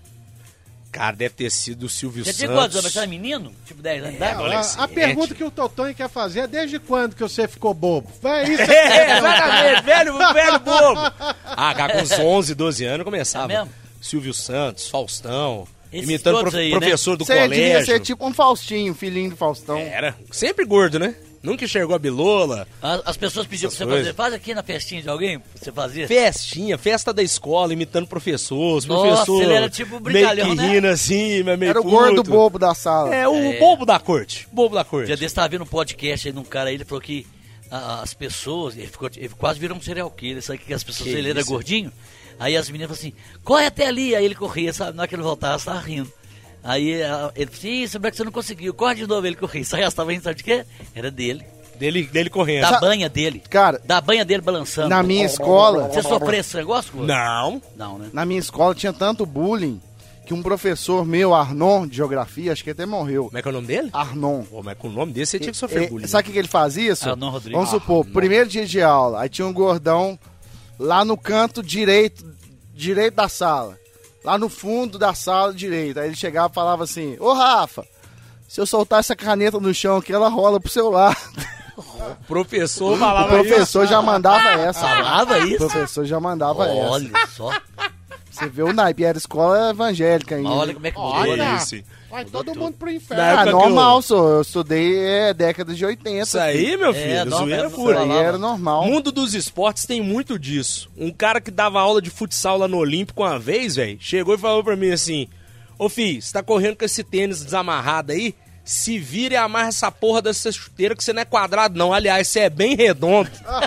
Cara, deve ter sido o Silvio Santos. Você tinha quantos anos? Você era menino? Tipo 10 anos de idade? A pergunta que o Totonho quer fazer é desde quando que você ficou bobo? É isso. Exatamente, velho bobo. Cara, com uns 11, 12 anos começava. É mesmo? Silvio Santos, Faustão, Esses imitando aí, professor, né, do Você colégio. devia ser tipo um Faustinho, filhinho do Faustão. Era, sempre gordo, né? Nunca enxergou a bilola. As pessoas pediam pra você fazer. Faz aqui na festinha de alguém, você fazia? Festinha, festa da escola, imitando professores. Nossa, professor ele era tipo brincalhão, meio que né? rindo assim, mas meio Era o puto. gordo bobo da sala. O bobo da corte. Bobo da corte. Dia desse tava vendo um podcast aí de um cara aí, ele falou que as pessoas, ele quase virou um serial killer, sabe que as pessoas, ele era gordinho, aí as meninas falaram assim, corre até ali, aí ele corria, sabe, na hora que ele voltava, você tava rindo. Aí ele falou assim, sabe que você não conseguiu, corre de novo, ele corria, só ela tava rindo, sabe de quê? Era dele. Dele correndo. Da banha dele. Cara, da banha dele balançando. Na minha escola... Você sofreu esse negócio? Não. Não, né? Na minha escola tinha tanto bullying que um professor meu, Arnon, de geografia, acho que até morreu. Como é que é o nome dele? Arnon. Pô, mas com o nome desse você tinha que sofrer bullying. Sabe o que ele fazia? Isso? Arnon Rodrigues. Vamos supor, primeiro dia de aula, aí tinha um gordão lá no canto direito da sala. Lá no fundo da sala direito. Aí ele chegava e falava assim, ô Rafa, se eu soltar essa caneta no chão aqui, ela rola pro seu lado. O professor falava isso. O professor já mandava essa. Falava isso? O professor já mandava essa. Olha só. Você vê o naipe, era escola evangélica ainda. Olha como é que Olha, isso. vai todo mundo pro Na inferno. época Normal, eu estudei década de 80. Isso aí, meu filho, zoeira Isso pura. aí era normal. O mundo dos esportes tem muito disso. Um cara que dava aula de futsal lá no Olímpico uma vez, velho, chegou e falou pra mim assim, ô filho, você tá correndo com esse tênis desamarrado aí? Se vira e amarra essa porra dessa chuteira que você não é quadrado não. Aliás, você é bem redondo.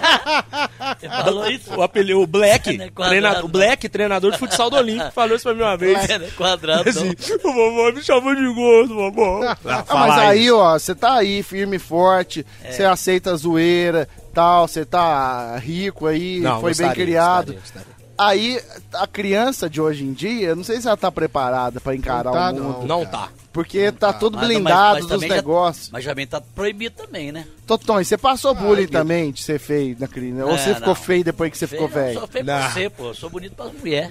Você falou isso? O Black, Não é quadrado, o Black, treinador de futsal do Olímpico, falou isso pra mim uma vez. Não é quadrado, assim, o vovô me chamou de gordo, vovô. Mas aí, ó, você tá aí, firme e forte, você aceita a zoeira, tal, você tá rico aí, não, foi bem criado. Gostaria. Aí, a criança de hoje em dia, eu não sei se ela tá preparada pra encarar o mundo. Não tá. Porque tá tudo blindado dos negócios. Mas já bem tá proibido também, né? Totão, e você passou bullying também de ser feio na criança? Ou você ficou feio depois que você ficou velho? Eu sou feio pra você, pô. Eu sou bonito pra mulher.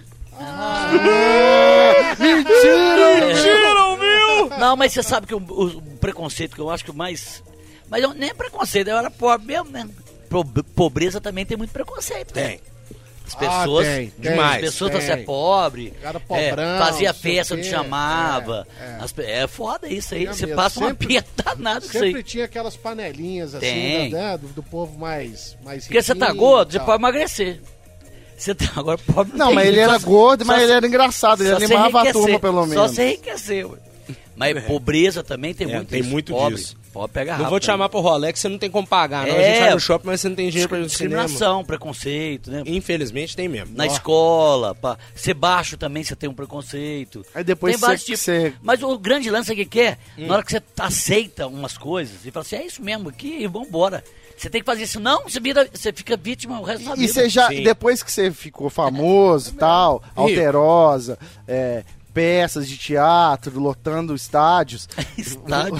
Mentira, viu? Não, mas você sabe que o preconceito que eu acho que o mais... Mas nem é preconceito, eu era pobre mesmo, né? Pobreza também tem muito preconceito. Tem. As pessoas, demais. As pessoas você é pobre, pobrão, fazia festa, não chamava. É foda isso aí, você passa uma piada danada com isso aí. Sempre tinha aquelas panelinhas assim, né, do povo mais porque você tá gordo, você pode emagrecer. Você tá agora pobre. Não, mas ele era gordo, mas ele era engraçado, ele animava a turma pelo menos. Só você enriquecer, ué. Mas pobreza também tem muito tem isso. muito pobre, disso. Pode pegar rápido. Não vou te chamar pro Rolex, você não tem como pagar, não. A gente vai no shopping, mas você não tem dinheiro pra ir no cinema. Discriminação, preconceito, né? Infelizmente tem mesmo. Na escola, ser baixo também você tem um preconceito. Aí depois tem vários tipos. Mas o grande lance é que é, na hora que você aceita umas coisas e fala assim, é isso mesmo aqui e vambora. Você tem que fazer isso, não, você fica vítima o resto da vida. E você já, depois que você ficou famoso e tal, alterosa, peças de teatro, lotando estádios. Estádios?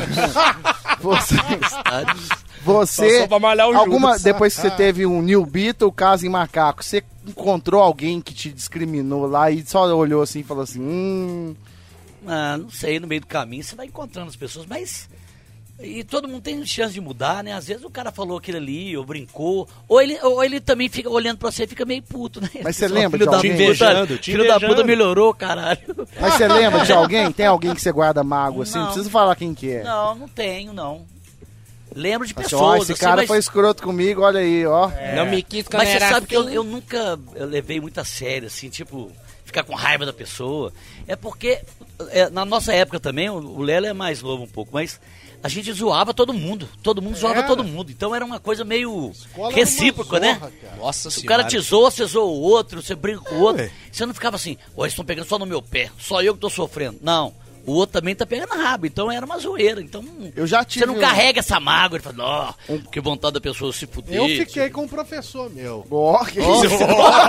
Você depois que você teve um New Beetle, caso em macaco, você encontrou alguém que te discriminou lá e só olhou assim e falou assim, não sei, no meio do caminho você vai encontrando as pessoas, mas... E todo mundo tem chance de mudar, né? Às vezes o cara falou aquilo ali, ou brincou, ou ele também fica olhando pra você e fica meio puto, né? Mas você lembra de alguém? Filho da puta melhorou, caralho. Mas você lembra de alguém? Tem alguém que você guarda mágoa assim? Não precisa falar quem que é. Não tenho, não. Lembro de pessoas. Esse cara foi escroto comigo, olha aí, ó. Não me quis Mas você sabe que eu nunca levei muito a sério, assim, tipo... ficar com raiva da pessoa. É porque, na nossa época também, o Lélio é mais novo um pouco, mas a gente zoava todo mundo zoava todo mundo. Então era uma coisa meio recíproca, né? Cara. Nossa Se o cara te zoa, você zoa o outro, você brinca com o outro. Você não ficava assim, eles estão pegando só no meu pé, só eu que tô sofrendo. Não. O outro também tá pegando rabo, então era uma zoeira. Então eu já tive você não carrega essa mágoa e fala, que vontade da pessoa se fuder. Eu fiquei com um professor meu. Que isso?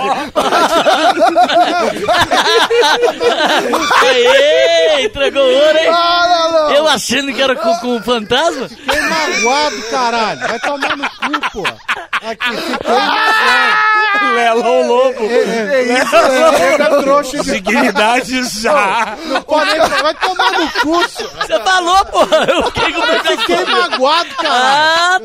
Aê, entregou ouro, hein? Não. Eu achando que era com um fantasma. Fiquei magoado, caralho. Vai tomar no cu, pô. Aqui, fiquei magoado. Lelão Lobo. É trouxa de... Dignidade já. Não pode nem... Vai tomar no cu, Você falou, pô. Eu fiquei magoado, caralho. Ah,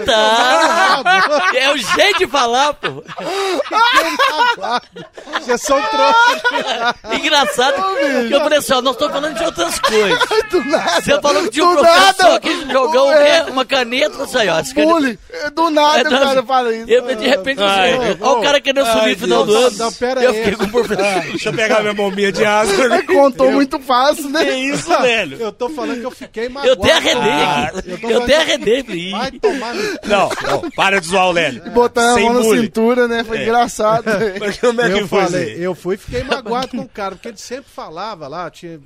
tá. É o jeito de falar, pô. Fiquei magoado. Vocês são trouxas. Engraçado que eu falei assim, nós estamos falando de outras coisas. Do nada. Você falou que tinha um professor que jogou uma caneta, não sei, ó. Bullying. Do nada o cara fala isso. Eu, de repente, olha o cara querendo subir no final do ano. Não, pera eu aí. fiquei com o professor. Deixa eu pegar minha bombinha de asa. Contou muito fácil, né? Que isso, velho? Eu tô falando que eu fiquei magoado. Eu até arredei aqui. Eu até arredei. Falei, Vai tomar no cu. Não, para de zoar o Lélio. E botar a Sem mão na bullying. cintura, né? Foi engraçado. Mas como é que Eu foi falei, isso? eu fui e fiquei magoado com o cara, porque ele sempre falava lá, tinha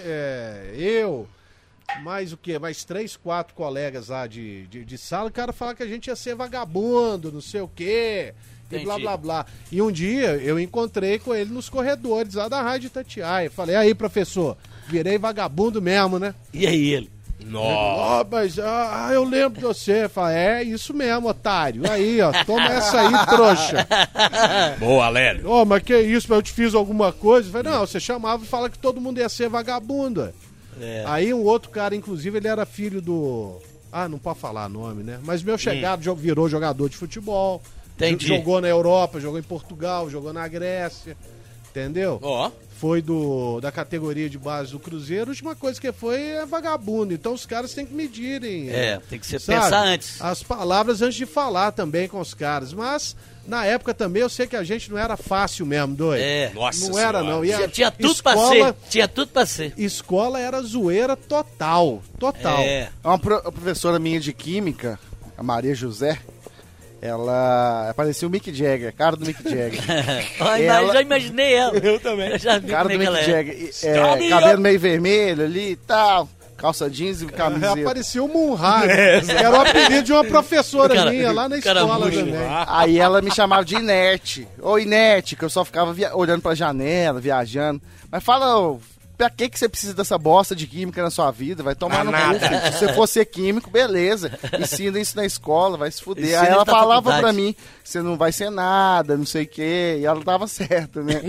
eu, mais o quê? Mais 3, 4 colegas lá de sala, o cara falava que a gente ia ser vagabundo, não sei o quê, e blá, blá, blá. E um dia eu encontrei com ele nos corredores lá da Rádio Itatiaia. Falei, aí, professor, virei vagabundo mesmo, né? E aí ele? Nossa. Mas eu lembro de você. Falei, é isso mesmo, otário. Aí, ó, toma essa aí, trouxa. Boa, Lélio. Mas que isso, mas eu te fiz alguma coisa? Eu falei, não, você chamava e fala que todo mundo ia ser vagabundo. Aí um outro cara, inclusive, ele era filho do... não pode falar nome, né? Mas meu chegado virou jogador de futebol. Entendi. Jogou na Europa, jogou em Portugal, jogou na Grécia. Entendeu? Ó. Foi da categoria de base do Cruzeiro. A última coisa que foi é vagabundo. Então os caras têm que medirem. Tem que pensar antes. As palavras antes de falar também com os caras. Mas na época também eu sei que a gente não era fácil mesmo, doido. Nossa não senhora. era, não. E Tinha tudo pra ser. Tinha tudo pra ser. Escola era zoeira total. Total. Uma professora minha de química, a Maria José, ela parecia o Mick Jagger, cara do Mick Jagger. Eu já imaginei ela. Eu também. Eu já vi Cara do como é Mick que ela Jagger. Cabelo meio vermelho ali e tal. Calça jeans e camiseta. Parecia o Munhar. Era o apelido de uma professora minha lá na escola também. Aí ela me chamava de inerte. Ô, inerte, que eu só ficava olhando pra janela, viajando. Mas fala, pra que você precisa dessa bosta de química na sua vida? Vai tomar no cu, filho. Se você for ser químico, beleza. Ensina isso na escola, vai se fuder. Ensina aí ela falava faculdade. pra mim, você não vai ser nada, não sei o quê. E ela tava certa, né?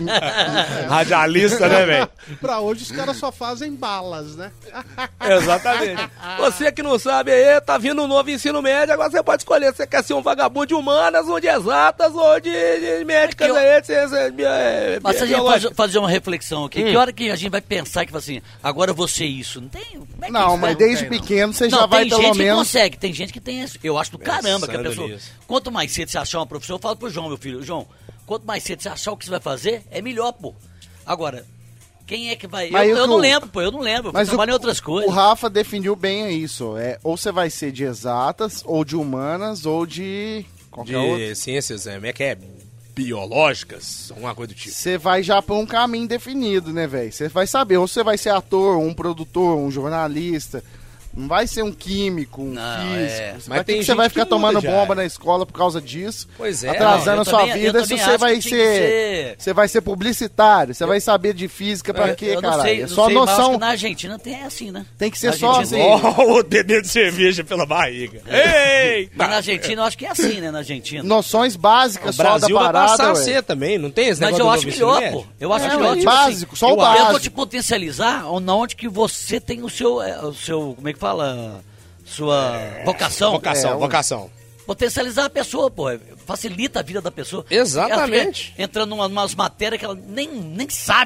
Radialista, né, velho? Pra hoje os caras só fazem balas, né? Exatamente. Você que não sabe aí, tá vindo um novo ensino médio, agora você pode escolher se você quer ser um vagabundo de humanas, ou de exatas, ou de médicas aí, de ciência Mas se a gente biológica. fazer uma reflexão aqui, que hora que a gente vai pensar que assim, agora eu vou ser isso? Não tem. Como é que Não, isso mas vai? desde pequeno você já Não, vai tem pelo gente que menos... consegue, tem gente que tem esse. Eu acho do caramba que a Pensando pessoa. nisso. Quanto mais cedo você achar uma profissão, eu falo pro João, meu filho, João, quanto mais cedo você achar o que você vai fazer, é melhor, pô. Agora, quem é que vai. Mas Eu não lembro, pô, eu não lembro. Mas trabalho em outras coisas. O Rafa definiu bem isso. Ou você vai ser de exatas, ou de humanas, ou de qualquer outro. De ciências, como é que é? Biológicas, alguma coisa do tipo. Você vai já pra um caminho definido, né, velho? Você vai saber, ou você vai ser ator, um produtor, um jornalista. Não vai ser um químico, um físico. Mas tem você vai gente ficar que tomando muda já. bomba na escola por causa disso? Pois é. Atrasando eu a sua também- vida, eu se também você acho vai que tinha que ser- Você vai ser publicitário, você vai saber de física pra quê, Eu não cara? sei, É não só sei, mas acho noção. que na Argentina tem assim, né? Tem que ser Na só Argentina- assim. Ó, o bebê de cerveja pela barriga. Ei! Mas na Argentina eu acho que é assim, né? Na Argentina. Noções básicas O só da Brasil vai parada, passar a ué. ser também, não tem esse Mas negócio eu do acho novo ensino melhor, médio? pô. Eu acho É, melhor. ué, Tipo básico, assim, só o eu básico. vou te potencializar onde que você tem o seu, como é que fala? Sua vocação. Vocação. Potencializar a pessoa, pô. Facilita a vida da pessoa. Exatamente. Ela fica entrando em umas matérias que ela nem sabe.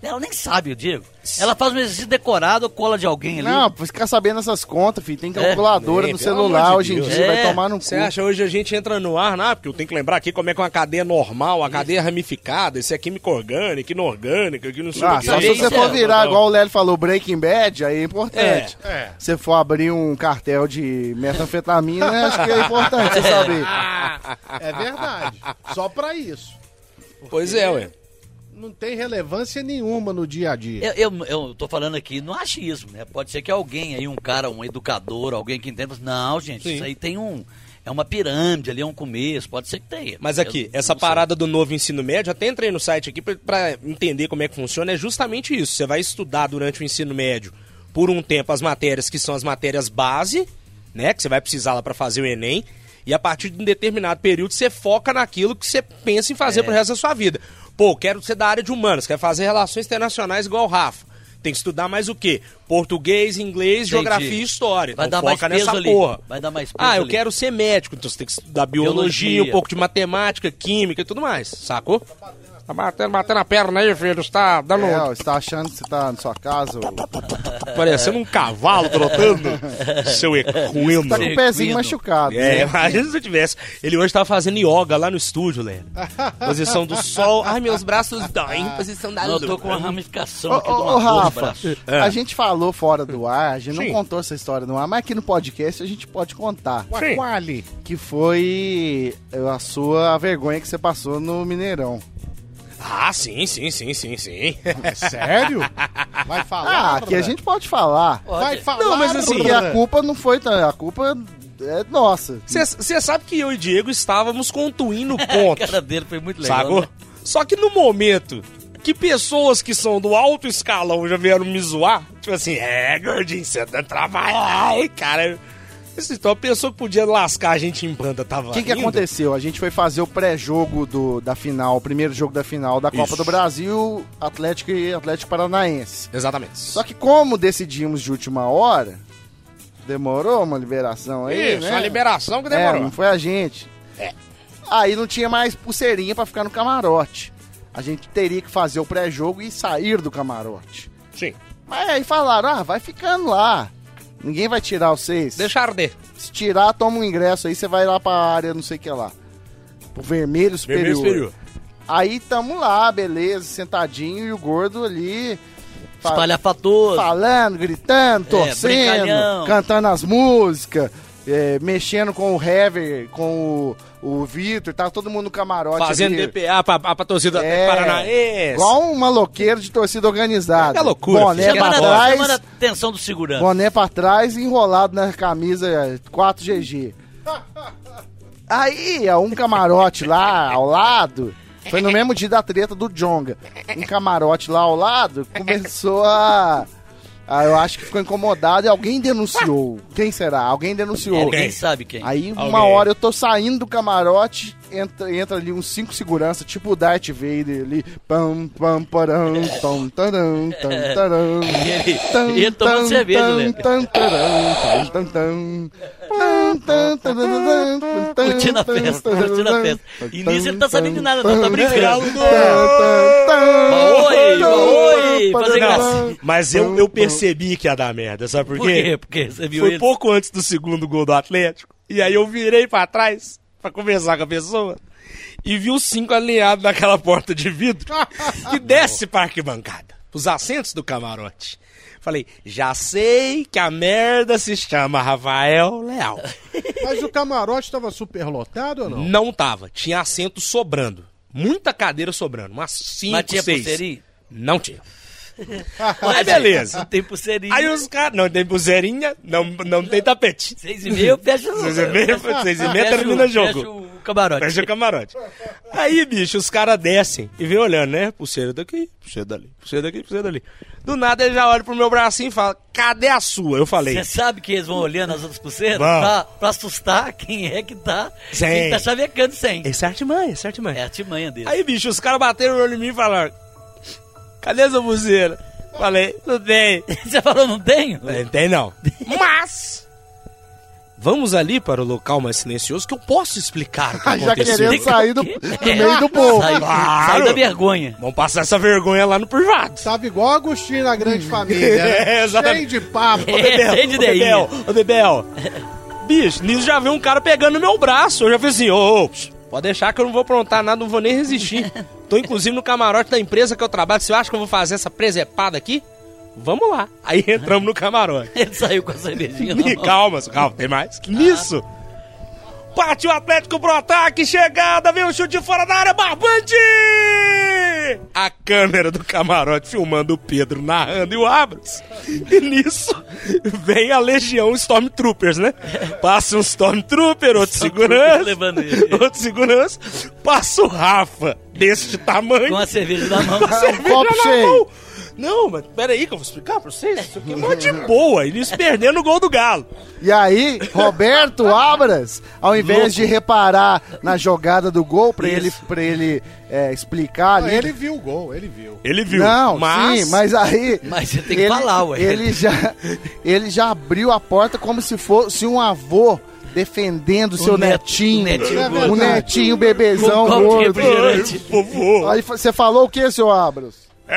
Ela nem sabe, Diego. Ela faz um exercício decorado, cola de alguém ali. Não, pra ficar sabendo essas contas, filho. Tem calculadora no celular hoje em dia, vai tomar no cu. Você acha hoje a gente entra no ar, né? Porque eu tenho que lembrar aqui como é que é uma cadeia normal, uma cadeia ramificada, isso é química orgânica, inorgânica, aqui não sei o que. Só se você for virar, igual o Lélio falou, Breaking Bad, aí é importante. Se você for abrir um cartel de metanfetamina, acho que é importante você saber. É verdade. Só pra isso. Pois é, ué. Não tem relevância nenhuma no dia a dia. Eu tô falando aqui no achismo, né? Pode ser que alguém aí, um cara, um educador, alguém que entenda, não, gente, Sim. Isso aí tem é uma pirâmide ali, é um começo, pode ser que tenha. Mas aqui, essa parada do novo ensino médio, até entrei no site aqui pra entender como é que funciona, é justamente isso. Você vai estudar durante o ensino médio, por um tempo, as matérias que são as matérias base, né? Que você vai precisar lá pra fazer o Enem, e a partir de um determinado período você foca naquilo que você pensa em fazer pro resto da sua vida. Pô, quero ser da área de humanas, quero fazer relações internacionais igual o Rafa. Tem que estudar mais o quê? Português, inglês, geografia e história. Vai então dar foca mais peso nessa ali. porra. Vai dar mais peso eu quero ser médico, então você tem que estudar biologia, um pouco de matemática, química e tudo mais, sacou? Tá batendo a perna aí, filho, você tá dando... Você tá achando que você tá na sua casa? Parecendo um cavalo trotando, seu equino. Você tá com o pezinho machucado. Imagina se eu tivesse. Ele hoje tava fazendo yoga lá no estúdio, Léo. Posição do sol. Ai, meus braços doem, posição da lua. Eu tô com uma ramificação aqui Ô, Rafa, a gente falou fora do ar, a gente não contou essa história no ar, mas aqui no podcast a gente pode contar. Quali? Que foi a sua vergonha que você passou no Mineirão. Ah, sim. É sério? Vai falar? Aqui a gente pode falar. Vai falar. Não, mas assim, porque a culpa não foi... A culpa é nossa. Você sabe que eu e Diego estávamos com um twin no ponto. A cara dele foi muito legal. Sacou? Né? Só que no momento que pessoas que são do alto escalão já vieram me zoar, tipo assim, gordinho, você tá trabalhando, cara... Então a pessoa que podia lascar a gente em banda tava O que aconteceu? A gente foi fazer o pré-jogo da final, o primeiro jogo da final da Copa do Brasil, Atlético e Atlético Paranaense. Exatamente. Só que como decidimos de última hora, demorou uma liberação aí, Isso, né? uma liberação que demorou. Não foi a gente. Aí não tinha mais pulseirinha pra ficar no camarote. A gente teria que fazer o pré-jogo e sair do camarote. Sim. Mas aí falaram, vai ficando lá. Ninguém vai tirar vocês. Deixa arder. Se tirar, toma um ingresso aí, você vai lá pra área não sei o que lá. Pro vermelho superior. Aí tamo lá, beleza, sentadinho e o gordo ali... Espalhafatoso. Falando, gritando, torcendo, cantando as músicas, mexendo com o Hever, com o Vitor, tá todo mundo no camarote. Fazendo ali. DPA pra torcida paranaense. Igual um maloqueiro de torcida organizada. É loucura. Boné pra trás. Chamando a atenção do segurança. Boné pra trás e enrolado na camisa 4GG. Aí, um camarote lá ao lado, foi no mesmo dia da treta do Djonga. Um camarote lá ao lado começou eu acho que ficou incomodado e alguém denunciou. Quem será? Alguém denunciou. Ninguém sabe quem. Aí, uma hora eu tô saindo do camarote, entra ali uns 5 seguranças, tipo o Darth Vader ali. Pam, pam, param, tam, taram, tam, taram. E ele tomando cerveja, né? Curtindo a festa. E nisso ele não tá sabendo de nada, não. Tá brincando. Oi, fazer graça. Mas eu percebi que ia dar merda, sabe por quê? Porque você viu Foi ele. pouco antes do segundo gol do Atlético. E aí eu virei pra trás pra conversar com a pessoa e vi os 5 alinhados naquela porta de vidro que desce pra arquibancada, os assentos do camarote. Falei, já sei que a merda se chama Rafael Leal. Mas o camarote tava super lotado ou não? Não tava, tinha assento sobrando. Muita cadeira sobrando, umas 5, 6. Mas tinha pulseirinha? Não tinha. Aí beleza. Não tem pulseirinha. Aí os caras, não tem pulseirinha, não tem tapete. 6h30 fecha o 6h30 termina o jogo. Fecha o camarote. Fecha o camarote. Aí, bicho, os caras descem e vem olhando, né? Pulseira daqui, pulseira dali, pulseira daqui, pulseira dali. Do nada ele já olha pro meu bracinho e fala, cadê a sua? Eu falei. Você sabe que eles vão olhando as outras pulseiras? Pra assustar quem é que tá. Sem. Quem tá chavecando sem. Essa é artimanha, essa é artimanha. É a artimanha dele. Aí, bicho, os caras bateram o olho em mim e falaram, cadê essa pulseira? Falei, não tem. Você falou, não tenho? Não tem não. Mas Vamos ali para o local mais silencioso que eu posso explicar o que Já aconteceu. querendo sair do meio do povo. Sai da vergonha. Vamos passar essa vergonha lá no privado. Tava igual o Agostinho na Grande Família, né? Exatamente. Cheio de papo. Cheio de ideinha. Ô, Bebel. Bicho, nisso já veio um cara pegando no meu braço. Eu já falei assim, ô, pode deixar que eu não vou aprontar nada, não vou nem resistir. Tô inclusive no camarote da empresa que eu trabalho. Você acha que eu vou fazer essa presepada aqui? Vamos lá. Aí entramos no camarote. Ele saiu com a cervejinha na mão. Calma, tem mais. Que nisso? Bate o Atlético pro ataque, chegada, vem o chute fora da área, barbante! A câmera do camarote filmando o Pedro narrando e o Abras. E nisso, vem a legião Stormtroopers, né? Passa um Stormtrooper, outro segurança, outro segurança, passa o Rafa, deste tamanho. Com a cerveja na mão. Com a cerveja copo na cheio. mão. Não, mas peraí que eu vou explicar pra vocês. Isso aqui é mó de boa. Eles perdendo o gol do Galo. E aí, Roberto Abras, ao invés de reparar na jogada do gol pra ele explicar ali. Ele viu o gol, ele viu. Ele viu. Não, mas... sim, mas aí. Mas você tem que falar, ué. Ele já abriu a porta como se fosse um avô defendendo o seu netinho. O O netinho, bebezão, Com copo de gordo. refrigerante. Vovô. Aí você falou o que, seu Abras?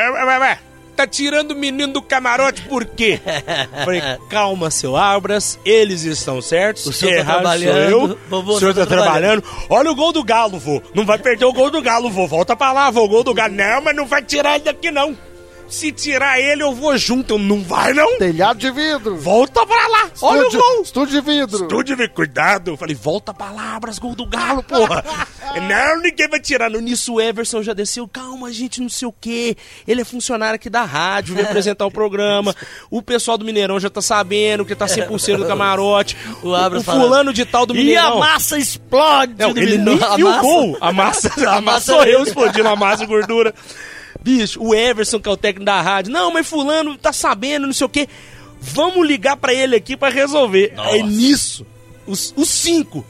Tá tirando o menino do camarote por quê? Falei, calma, seu Abras, eles estão certos. O senhor tá errado trabalhando, sou eu. vovô, O senhor tá trabalhando. Olha o gol do Galo, vô. Não vai perder o gol do Galo, vô. Volta pra lá, vô. O gol do Galo. Não, mas não vai tirar ele daqui, não. Se tirar ele, eu vou junto. Não vai, não. Telhado de vidro. Volta pra lá. Olha o gol. Estúdio de vidro. Estúdio de vidro. Cuidado. Eu falei, volta pra lá, Abras, gol do Galo, porra. Não, ninguém vai tirar. Nisso o Everson já desceu. Calma, gente, não sei o quê. Ele é funcionário aqui da rádio, veio apresentar o programa. O pessoal do Mineirão já tá sabendo que tá sem pulseira do camarote. O fulano de tal do Mineirão. E a massa explode. Não, ele nem viu o gol. A massa sou eu explodindo a massa e gordura. Bicho, o Everson, que é o técnico da rádio. Não, mas fulano tá sabendo, não sei o quê. Vamos ligar pra ele aqui pra resolver. Nossa. Aí nisso, os 5.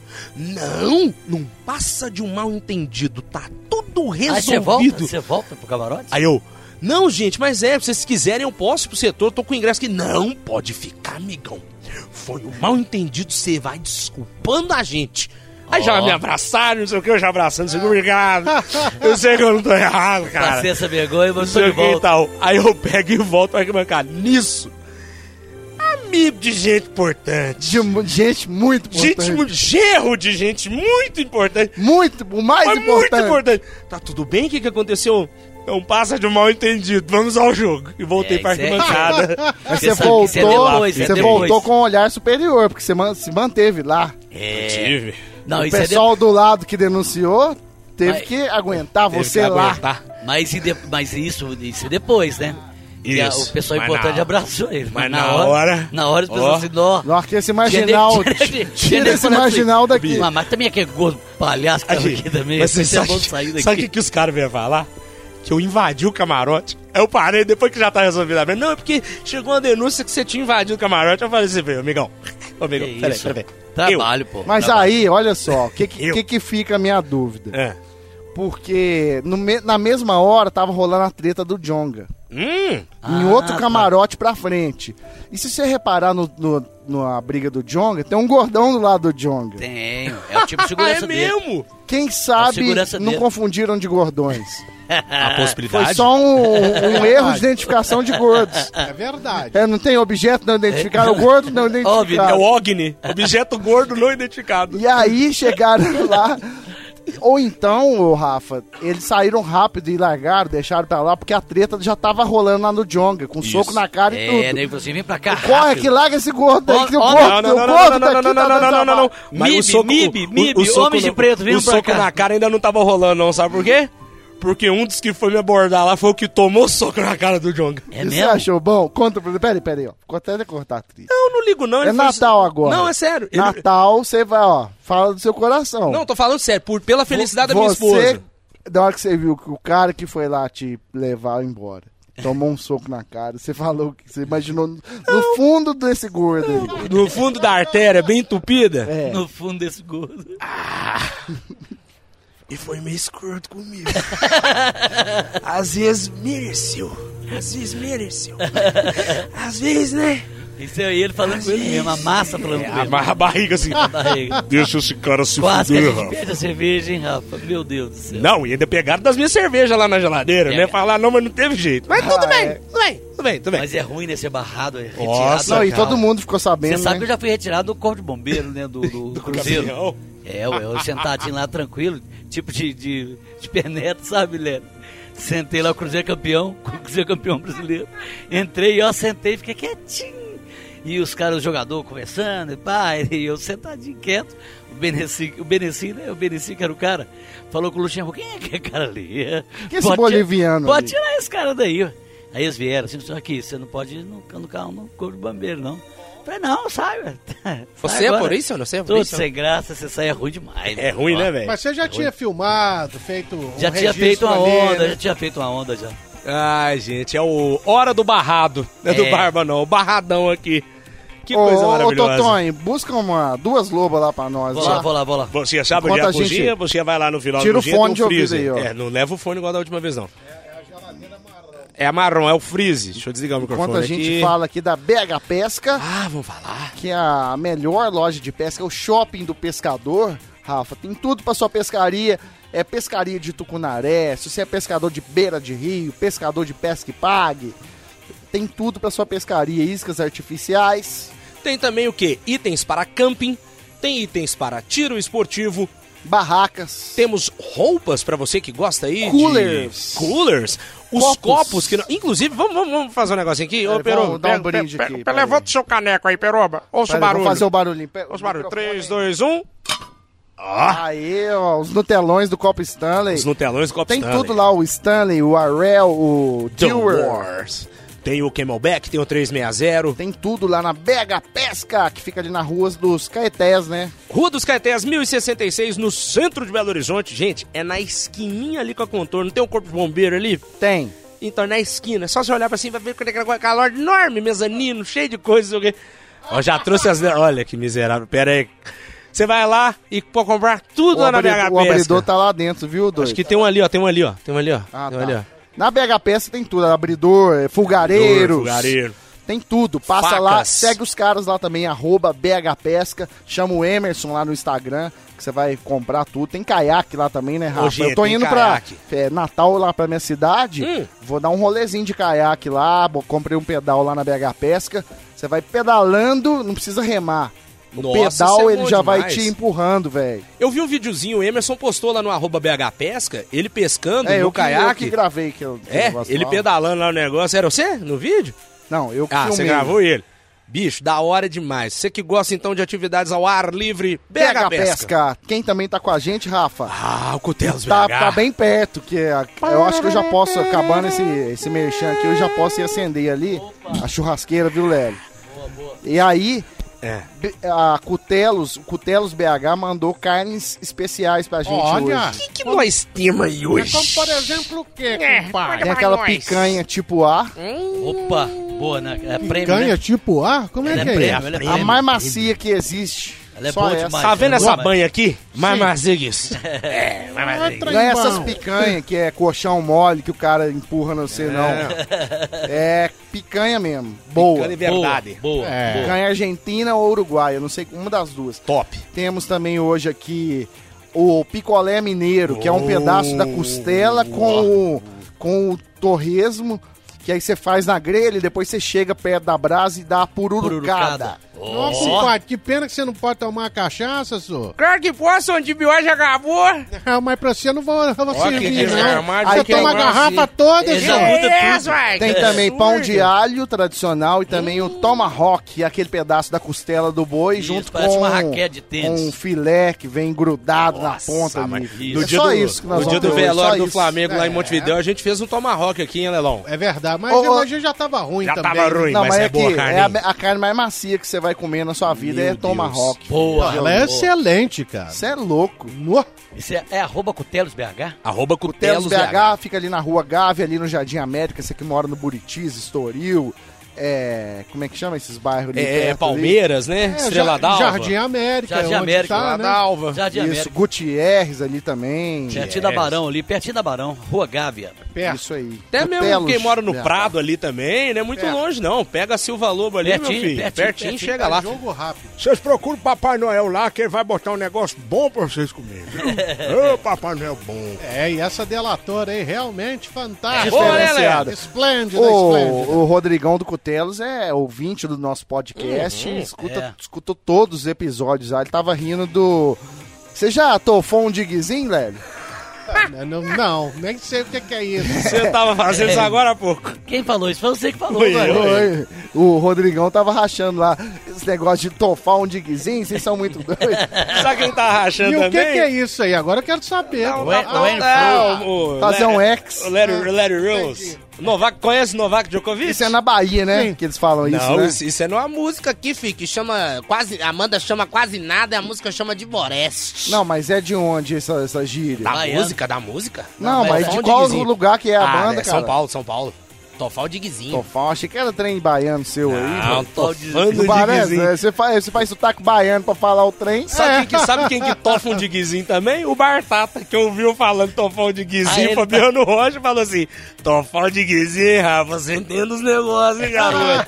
Não passa de um mal entendido. Tá tudo resolvido. Você volta pro camarote? Aí eu, não, gente, mas se vocês quiserem eu posso ir pro setor. Tô com o ingresso aqui. Não, pode ficar, amigão. Foi um mal entendido, você vai desculpando a gente. Aí já me abraçaram, não sei o que, eu já abraçando, sei que obrigado. Eu sei que eu não tô errado, cara. Passei essa vergonha, mas tô de volta. Tal. Aí eu pego e volto pra arquibancada. Nisso, amigo de gente importante. De gente muito importante. Gerro de gente muito importante. O mais importante. Muito importante. Tá tudo bem? O que aconteceu? Não passa de um mal entendido. Vamos ao jogo. E voltei pra arquibancada. Mas você voltou com um olhar superior, porque você se manteve lá. Tive. Não, o pessoal do lado que denunciou teve que aguentar você lá. Mas isso depois, né? Isso. O pessoal importante abraçou ele. Mas na hora eles pensaram assim, nó. Nós que esse marginal. Tira esse marginal daqui. Mas também aquele gordo palhaço que tava aqui também. Mas sabe o que os caras vieram falar? Que eu invadi o camarote. Aí eu parei, depois que já tá resolvido a merda. Não, é porque chegou uma denúncia que você tinha invadido o camarote. Eu falei assim, amigão. Peraí. Trabalho, pô. Mas aí, olha só, o que fica a minha dúvida? Porque na mesma hora tava rolando a treta do Djonga. Em outro camarote pra frente. E se você reparar na briga do Djonga, tem um gordão do lado do Djonga. Tenho. É o tipo de segurança dele. Mesmo? Quem sabe não confundiram de gordões. A possibilidade? Foi só um erro de identificação de gordos. É verdade. Não tem objeto não identificado, o gordo não identificado. Óbvio, é o OGNI, objeto gordo não identificado. E aí chegaram lá, ou então, Rafa, eles saíram rápido e largaram, deixaram pra lá, porque a treta já tava rolando lá no Djonga, com soco na cara e tudo. Daí você vem pra cá. Corre que larga esse gordo aí, que o gordo não. Mas o homens de preto vindo pra cá. O soco na cara ainda não tava rolando não, sabe por quê? Porque um dos que foi me abordar lá foi o que tomou soco na cara do Djonga. Você achou bom? Conta pra ele. Peraí, ó. Até cortar a trilha. Não ligo não. É Natal agora. Não, é sério. Natal, você vai, ó, fala do seu coração. Não, tô falando sério, pela felicidade da minha esposa. Da hora que você viu que o cara que foi lá te levar embora, tomou um soco na cara, você falou que você imaginou no fundo desse gordo aí. No fundo da artéria, bem entupida? No fundo desse gordo. E foi meio escroto comigo. Às vezes mereceu. Às vezes, né? Isso aí, ele falando com ele mesmo, a massa falando com ele. Amarra a barriga assim. Deixa esse cara se Quase que a fuder, gente perde a cerveja, hein, Rafa? Meu Deus do céu. Não, e ainda pegaram das minhas cervejas lá na geladeira, né? Falar, não, mas não teve jeito. Mas tudo bem. Mas é ruim, né, ser barrado, retirado. Nossa, não, e todo mundo ficou sabendo, Você sabe né? que eu já fui retirado do corpo de bombeiro, né, do cruzeiro. Caminhão. Eu sentadinho lá, tranquilo, tipo de penetra, sabe, Léo? Sentei lá, o Cruzeiro campeão brasileiro. Entrei, sentei e fiquei quietinho. E os caras, o jogador conversando, e eu sentadinho, quieto. O Beneci, né? O Beneci, que era o cara, falou com o Luciano, quem é aquele cara ali? Que esse boliviano Pode ali? tirar esse cara daí, ó. Aí eles vieram assim, aqui, você não pode ir no corpo de bombeiro, não. Falei, não, sai, velho. Você é por isso, ou não? Você é por Tudo isso? sem graça, você sai é ruim demais. É ruim, né, velho? Mas você já tinha filmado, feito um Já tinha registro feito uma ali, onda, né? já tinha feito uma onda já. Ai, gente, é o Hora do Barrado. Não é do Barba, não. O Barradão aqui. Que coisa maravilhosa. Ô, Totonho, busca duas lobas lá pra nós. Vou lá. Você sabe onde é a cozinha, você vai lá no final Tira do o dia, fone tem um de ouvido freezer. aí, ó. Não leva o fone igual da última vez, não. É a marrom, é o freeze. Deixa eu desligar o microfone Enquanto a gente fala aqui da BH Pesca, vamos falar. que é a melhor loja de pesca, é o Shopping do Pescador. Rafa, tem tudo pra sua pescaria. É pescaria de tucunaré, se você é pescador de beira de rio, pescador de pesca e pague. Tem tudo pra sua pescaria, iscas artificiais. Tem também o quê? Itens para camping, tem itens para tiro esportivo, Barracas. temos roupas pra você que gosta aí Coolers. de... Coolers. Os copos que... Inclusive, vamos fazer um negocinho aqui. Ô, Peroba, Vamos dar um brinde aqui. Levanta o seu caneco aí, Peroba. Ouça o Peraí, barulho. vamos fazer o barulhinho. Ouça o barulho. 3, 2, 1... Aí, ó, os Nutelões do Copo Stanley. Os Nutelões do Copo Tem Stanley. tudo lá, o Stanley, o Arrel, o The Dewar. Wars. Tem o Camelback, tem o 360. Tem tudo lá na BH Pesca, que fica ali na Rua dos Caetés, né? Rua dos Caetés, 1066, no centro de Belo Horizonte. Gente, é na esquininha ali com a Contorno. Não tem um corpo de bombeiro ali? Tem. Então, na esquina. É só você olhar pra cima, vai ver aquela loja enorme, mezanino, cheio de coisas. Ó, já trouxe as... Olha que miserável. Pera aí. Você vai lá e pode comprar tudo lá na BH Pesca. O abridor tá lá dentro, viu, doido? Acho que tem um ali, ó. Tem um ali, ó. Tem um ali, ó. Ah, tem um tá. ali, ó. Na BH Pesca tem tudo, abridor, fulgareiros. Fulgareiro. Tem tudo. Passa Facas. lá, segue os caras lá também, @BH Pesca. Chama o Emerson lá no Instagram, que você vai comprar tudo. Tem caiaque lá também, né, Rafa? Ô, gente, eu tô tem indo caiaque. pra Natal lá pra minha cidade. Vou dar um rolezinho de caiaque lá. Comprei um pedal lá na BH Pesca. Você vai pedalando, não precisa remar. O Nossa, pedal, isso é ele bom já vai demais. te empurrando, velho. Eu vi um videozinho, o Emerson postou lá no @BH Pesca, ele pescando É, no eu caiaque. que gravei. Ele pedalando lá o negócio. Era você no vídeo? Não, eu que Ah, filmei. você gravou ele. Bicho, da hora demais. Você que gosta então de atividades ao ar livre, BH Pesca. Quem também tá com a gente, Rafa? Ah, o Cutelos Tá, BH. tá bem perto, que eu acho que eu já posso, acabando esse merchan aqui, eu já posso ir acender ali a churrasqueira, viu, Lélio? E aí, a o Cutelos BH mandou carnes especiais pra gente Olha. hoje. O que nós temos aí hoje? Como, por exemplo, o quê, compadre? Tem aquela picanha tipo A, Opa, boa, né? É prêmio, Picanha né? tipo A? Como é Ela que é é prêmio, isso? ela é a prêmio. mais macia que existe. Ela é Só boa essa. demais. Tá vendo Ela é essa boa, banha aqui? Mais Sim. mazigues. Não é essas picanhas que é colchão mole que o cara empurra no você, não. É picanha mesmo. Boa. Picanha de verdade. Boa, É. boa. Picanha argentina ou uruguaia, não sei, uma das duas. Top. Temos também hoje aqui o picolé mineiro, que é um pedaço da costela com o torresmo, que aí você faz na grelha e depois você chega perto da brasa e dá a pururucada. Nossa, compadre, que pena que você não pode tomar cachaça, senhor. Claro que posso, onde hoje acabou. Ah, mas pra você eu não vou servir, que não. desarmado, Você que toma a é garrafa toda, Ele já senhor. muda É, tudo. vai. Tem também pão de alho tradicional e também o tomahawk, aquele pedaço da costela do boi, Isso, junto parece com uma raquete de tênis. com um filé que vem grudado Nossa, na ponta mas ali. isso. É só isso que nós No dia vamos do ter hoje, velório só do isso. Flamengo lá em É. Montevidéu, a gente fez um tomahawk aqui, hein, Lelão? É verdade, mas Ô, ô, hoje já tava ruim Já também. tava ruim. Não, mas mas é é boa que carne, é hein? a carne mais macia que você vai comer na sua vida Meu é tomahawk. Boa. Ela é excelente, cara. Você é louco. Isso é @CutelosBH? @Cutelos Telos BH fica ali na Rua Gávea, ali no Jardim América, você que mora no Buritis, Estoril, como é que chama esses bairros ali? Palmeiras, ali? Né? Estrela d'Alva. Jardim América. Jardim América. Estrela d'Alva. Jardim Isso, América. Gutierrez ali também. Pertinho da Barão ali, pertinho da Barão. Rua Gávea. Isso aí. Até mesmo quem mora no Prado ali também, não é muito longe não. Pega a Silva Lobo ali, meu filho. Pertinho, chega lá. Jogo rápido. Vocês procuram o Papai Noel lá, que ele vai botar um negócio bom pra vocês comerem. Ô, Papai Noel bom. E essa delatora aí, realmente fantástica. Diferenciada. Esplêndida, o Rodrigão do Cutelos é ouvinte do nosso podcast, escutou todos os episódios lá. Ele tava rindo do... Você já tofou um diguezinho, Lélio? Não, nem sei o que é isso. Você tava fazendo isso agora há pouco. Quem falou isso? Foi você que falou, velho. O Rodrigão tava rachando lá esse negócio de tofar um diguezinho, vocês são muito doidos. Sabe quem tá rachando também? E o que é isso aí? Agora eu quero saber. Fazer um ex. O Larry Rose. Conhece Novak Djokovic? Isso é na Bahia, né? Sim. Que eles falam isso, não, né? Isso é numa música aqui, filho, que chama quase... A Amanda chama quase nada e a música chama de Boreste. Não, mas é de onde essa gíria? Da música? Não, mas de qual lugar que é a banda, cara? São Paulo. Tofar o diguizinho. Tofar, achei que era trem baiano seu aí. Não, tofando o diguizinho. Né? Você faz sotaque baiano pra falar o trem. Sabe quem que tofa um diguizinho também? O Bartata, que ouviu falando tofar um diguizinho. O Fabiano Rocha falou assim, tofar um diguizinho, Rafa, você entende os negócios, hein, garoto?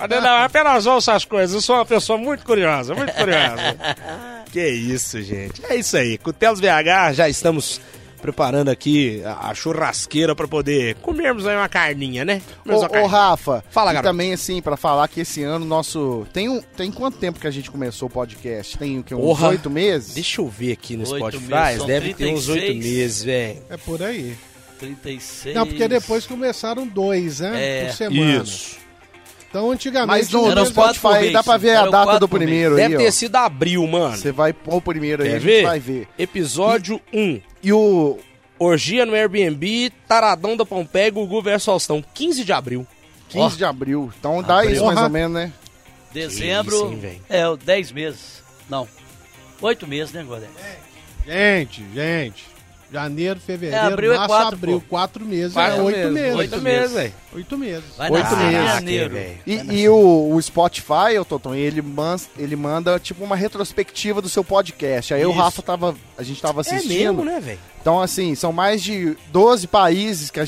Apenas ouça as coisas, eu sou uma pessoa muito curiosa, muito curiosa. Que isso, gente. É isso aí. Cutelos BH, já estamos... preparando aqui a churrasqueira pra poder comermos aí uma carninha, né? Ô Rafa, fala, garoto. E também assim, pra falar que esse ano nosso... Tem quanto tempo que a gente começou o podcast? Tem o quê? Uns 8 meses? Deixa eu ver aqui no Spotify, deve 36. Ter uns 8 meses, velho. É por aí. 36... Não, porque depois começaram 2, né? Por semana. Isso. Então, antigamente... Mas no Spotify dá pra ver a data do primeiro aí, deve ter sido abril, mano. Você vai pôr o primeiro aí, a gente vai ver. Episódio 1. E o... Orgia no Airbnb, Taradão da Pompeia, Gugu vs Faustão, 15 de abril. 15 de abril. Então dá isso mais ou menos, né? Dezembro, 10 meses. Não, 8 meses, né, Godé? Gente. Janeiro, fevereiro, abril março, abril, 4 meses. 8 meses. 8 meses, velho. 8 meses. Vai 8 meses. Janeiro. E o Spotify, o Toton, ele manda tipo uma retrospectiva do seu podcast. Aí o Rafa a gente tava assistindo. É mesmo, né, velho? Então, assim, são mais de 12 países que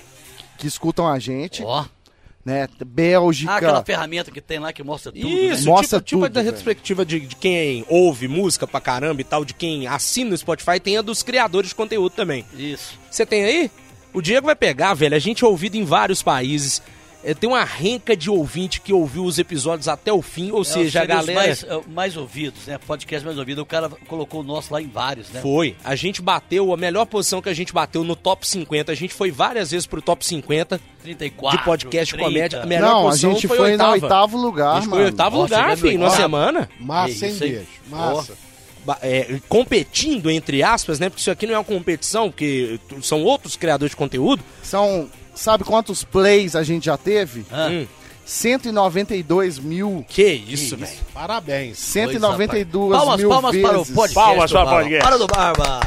escutam a gente. Ó. Né? Bélgica. Aquela ferramenta que tem lá que mostra tudo. Isso, né? Mostra tipo tudo, da retrospectiva de quem ouve música pra caramba e tal, de quem assina o Spotify, tem a dos criadores de conteúdo também. Isso. Você tem aí? O Diego vai pegar, velho, a gente é ouvido em vários países. Tem uma renca de ouvinte que ouviu os episódios até o fim, ou seja, a galera... mais ouvidos, né? Podcast mais ouvido. O cara colocou o nosso lá em vários, né? Foi. A gente bateu, a melhor posição que a gente bateu no top 50. A gente foi várias vezes pro top 50 34, de podcast 30. Comédia. A melhor posição a gente foi no 8º lugar, a gente foi no 8º lugar, filho, numa semana. Massa, hein, bicho? Massa. Competindo, entre aspas, né? Porque isso aqui não é uma competição, porque são outros criadores de conteúdo. Sabe quantos plays a gente já teve? 192 mil. Que isso, velho. Parabéns. 192 mil palmas vezes. Para o podcast. Palmas para o podcast. Para do Barba.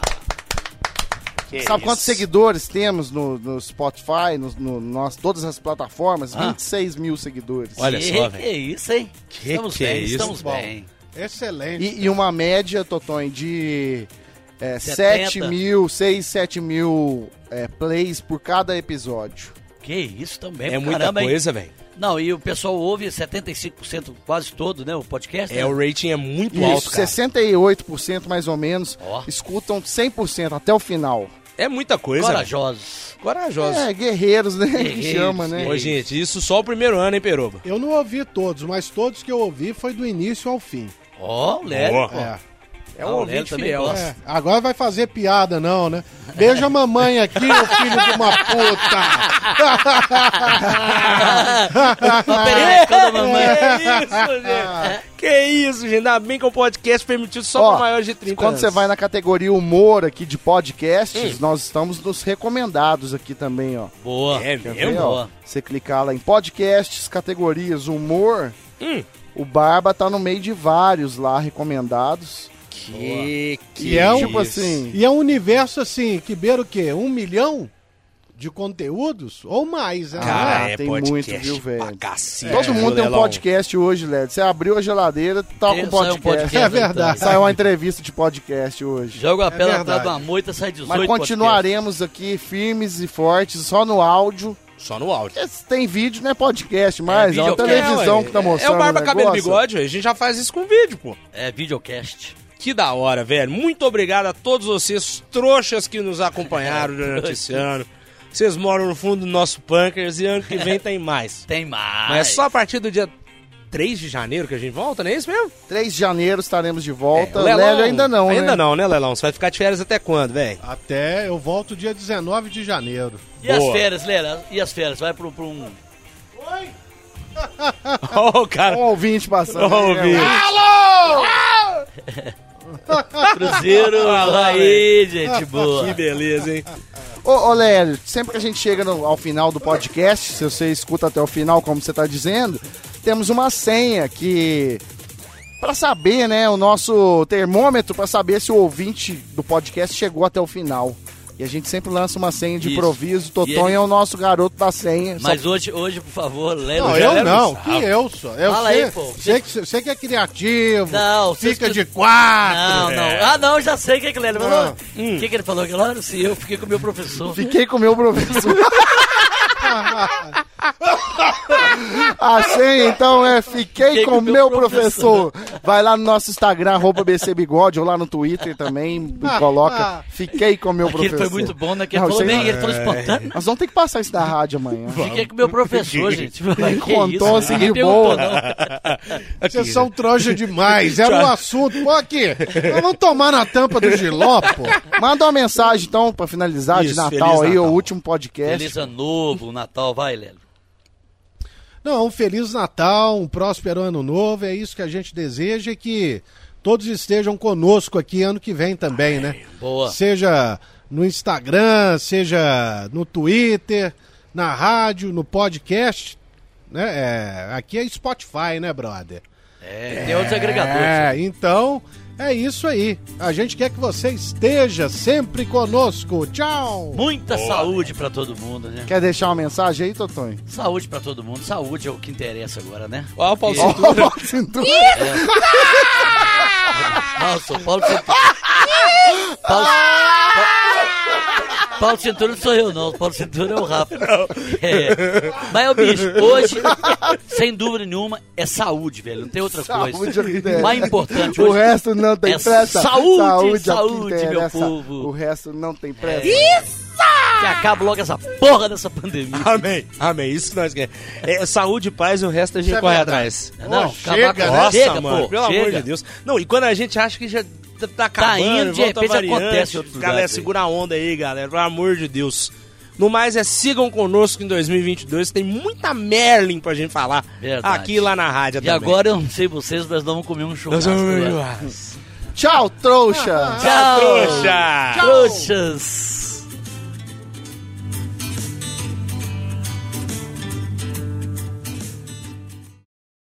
Sabe quantos seguidores temos no Spotify, todas as plataformas? 26 mil seguidores. Olha só, velho. Que isso, hein? Estamos bem. Excelente. E uma média, Totonho, de 7 mil plays por cada episódio. Que isso também, é muita coisa, velho. Não, e o pessoal ouve 75% quase todo, né, o podcast. O rating é muito alto, alto, cara. 68% mais ou menos escutam 100% até o final. É muita coisa, Corajosos. Guerreiros, né? Que chama, né? Ô, gente, isso só o primeiro ano, hein, Peroba? Eu não ouvi todos, mas todos que eu ouvi foi do início ao fim. Ó, o Léo. É um ouvinte fiel. Agora vai fazer piada, não, né? Beija a mamãe aqui, ô filho de uma puta! Que isso, gente? Ainda bem que o podcast permitiu só para maiores de 30 quando anos. Você vai na categoria humor aqui de podcasts, nós estamos nos recomendados aqui também, ó. Boa. É mesmo? Ó, você clicar lá em podcasts, categorias humor, o Barba tá no meio de vários lá recomendados. E é um universo assim, que beira o quê? 1 milhão de conteúdos ou mais, né? Cara, tem muito, viu, velho? Cacete, todo mundo tem um podcast hoje, Léo. Você abriu a geladeira, tá com podcast. É verdade. Saiu uma entrevista de podcast hoje. Joga a pela atrás de uma moita, sai 18 Mas continuaremos aqui firmes e fortes, só no áudio. Só no áudio. Tem vídeo, não é podcast, mas é uma televisão que tá mostrando. É o Barba Cabelo Bigode, a gente já faz isso com vídeo, pô. É videocast. Que da hora, velho. Muito obrigado a todos vocês, trouxas que nos acompanharam durante esse ano. Vocês moram no fundo do nosso Punkers e ano que vem tem mais. Tem mais. Mas é só a partir do dia 3 de janeiro que a gente volta, não é isso mesmo? 3 de janeiro estaremos de volta. Lélio ainda não, né? Ainda não, né, Lelão? Você vai ficar de férias até quando, velho? Até eu volto dia 19 de janeiro. E as férias, Lélia? E as férias? Vai pro um... Oi! Ó, o cara. Um ouvinte passando. Ouvinte. Alô! Cruzeiro, aí, gente boa. Que beleza, hein? Ô, Lélio, sempre que a gente chega ao final do podcast, se você escuta até o final, como você tá dizendo, temos uma senha que... Pra saber, né, o nosso termômetro, pra saber se o ouvinte do podcast chegou até o final. E a gente sempre lança uma senha de improviso. Totonho é o nosso garoto da senha. Mas hoje, por favor, Lélio. Não, eu não. Que eu sou. Fala aí, pô. Você que é criativo. Não, fica de 4. Não. Ah, não, já sei o que Lélio falou. O que ele falou aquela hora? Se eu fiquei com o meu professor. Fiquei com o meu professor. A senha, então, fiquei com o meu professor. Vai lá no nosso Instagram, @BCBigode, ou lá no Twitter também, coloca, fiquei com o meu professor. Foi muito bom, né? Que ele falou bem, ele falou espontâneo. Nós vamos ter que passar isso na rádio amanhã. Fiquei com o meu professor, gente. Contou assim de boa. Vocês são trouxa demais. Era um assunto. Pô, aqui, vamos tomar na tampa do giló, pô. Manda uma mensagem, então, pra finalizar, de Natal aí, o último podcast. Feliz Ano Novo, Natal, vai, Lélio. Não, um Feliz Natal, um próspero Ano Novo, é isso que a gente deseja e que todos estejam conosco aqui ano que vem também, né? Boa. Seja no Instagram, seja no Twitter, na rádio, no podcast, né? Aqui é Spotify, né, brother? Tem outros agregadores. Então, é isso aí. A gente quer que você esteja sempre conosco. Tchau! Muita saúde pra todo mundo, né? Quer deixar uma mensagem aí, Totonho? Saúde pra todo mundo. Saúde é o que interessa agora, né? Ó, o Paulo Cintura. Paulo Cintura. Nossa, o Paulo Cintura. Paulo Cintura não sou eu, não. Paulo Cintura é o Rafa. Mas, bicho, hoje, sem dúvida nenhuma, é saúde, velho. Não tem outra coisa. O mais importante hoje. O resto não tem pressa. Saúde, meu povo. O resto não tem pressa. Isso! Que acaba logo essa porra dessa pandemia. Amém. Isso que nós queremos. Saúde, paz, o resto a gente corre atrás. Não, chega, Nossa, chega, mano, pô, pelo amor de Deus. Não, e quando a gente acha que já tá acabando, indo, de repente acontece em outros lugares. Galera, segura a onda aí, galera, pelo amor de Deus. No mais, sigam conosco em 2022, tem muita Merlin pra gente falar. Verdade. Aqui e lá na rádio também. E agora eu não sei vocês, mas nós vamos comer um churrasco. Tchau, trouxa! Tchau, trouxa! Trouxas!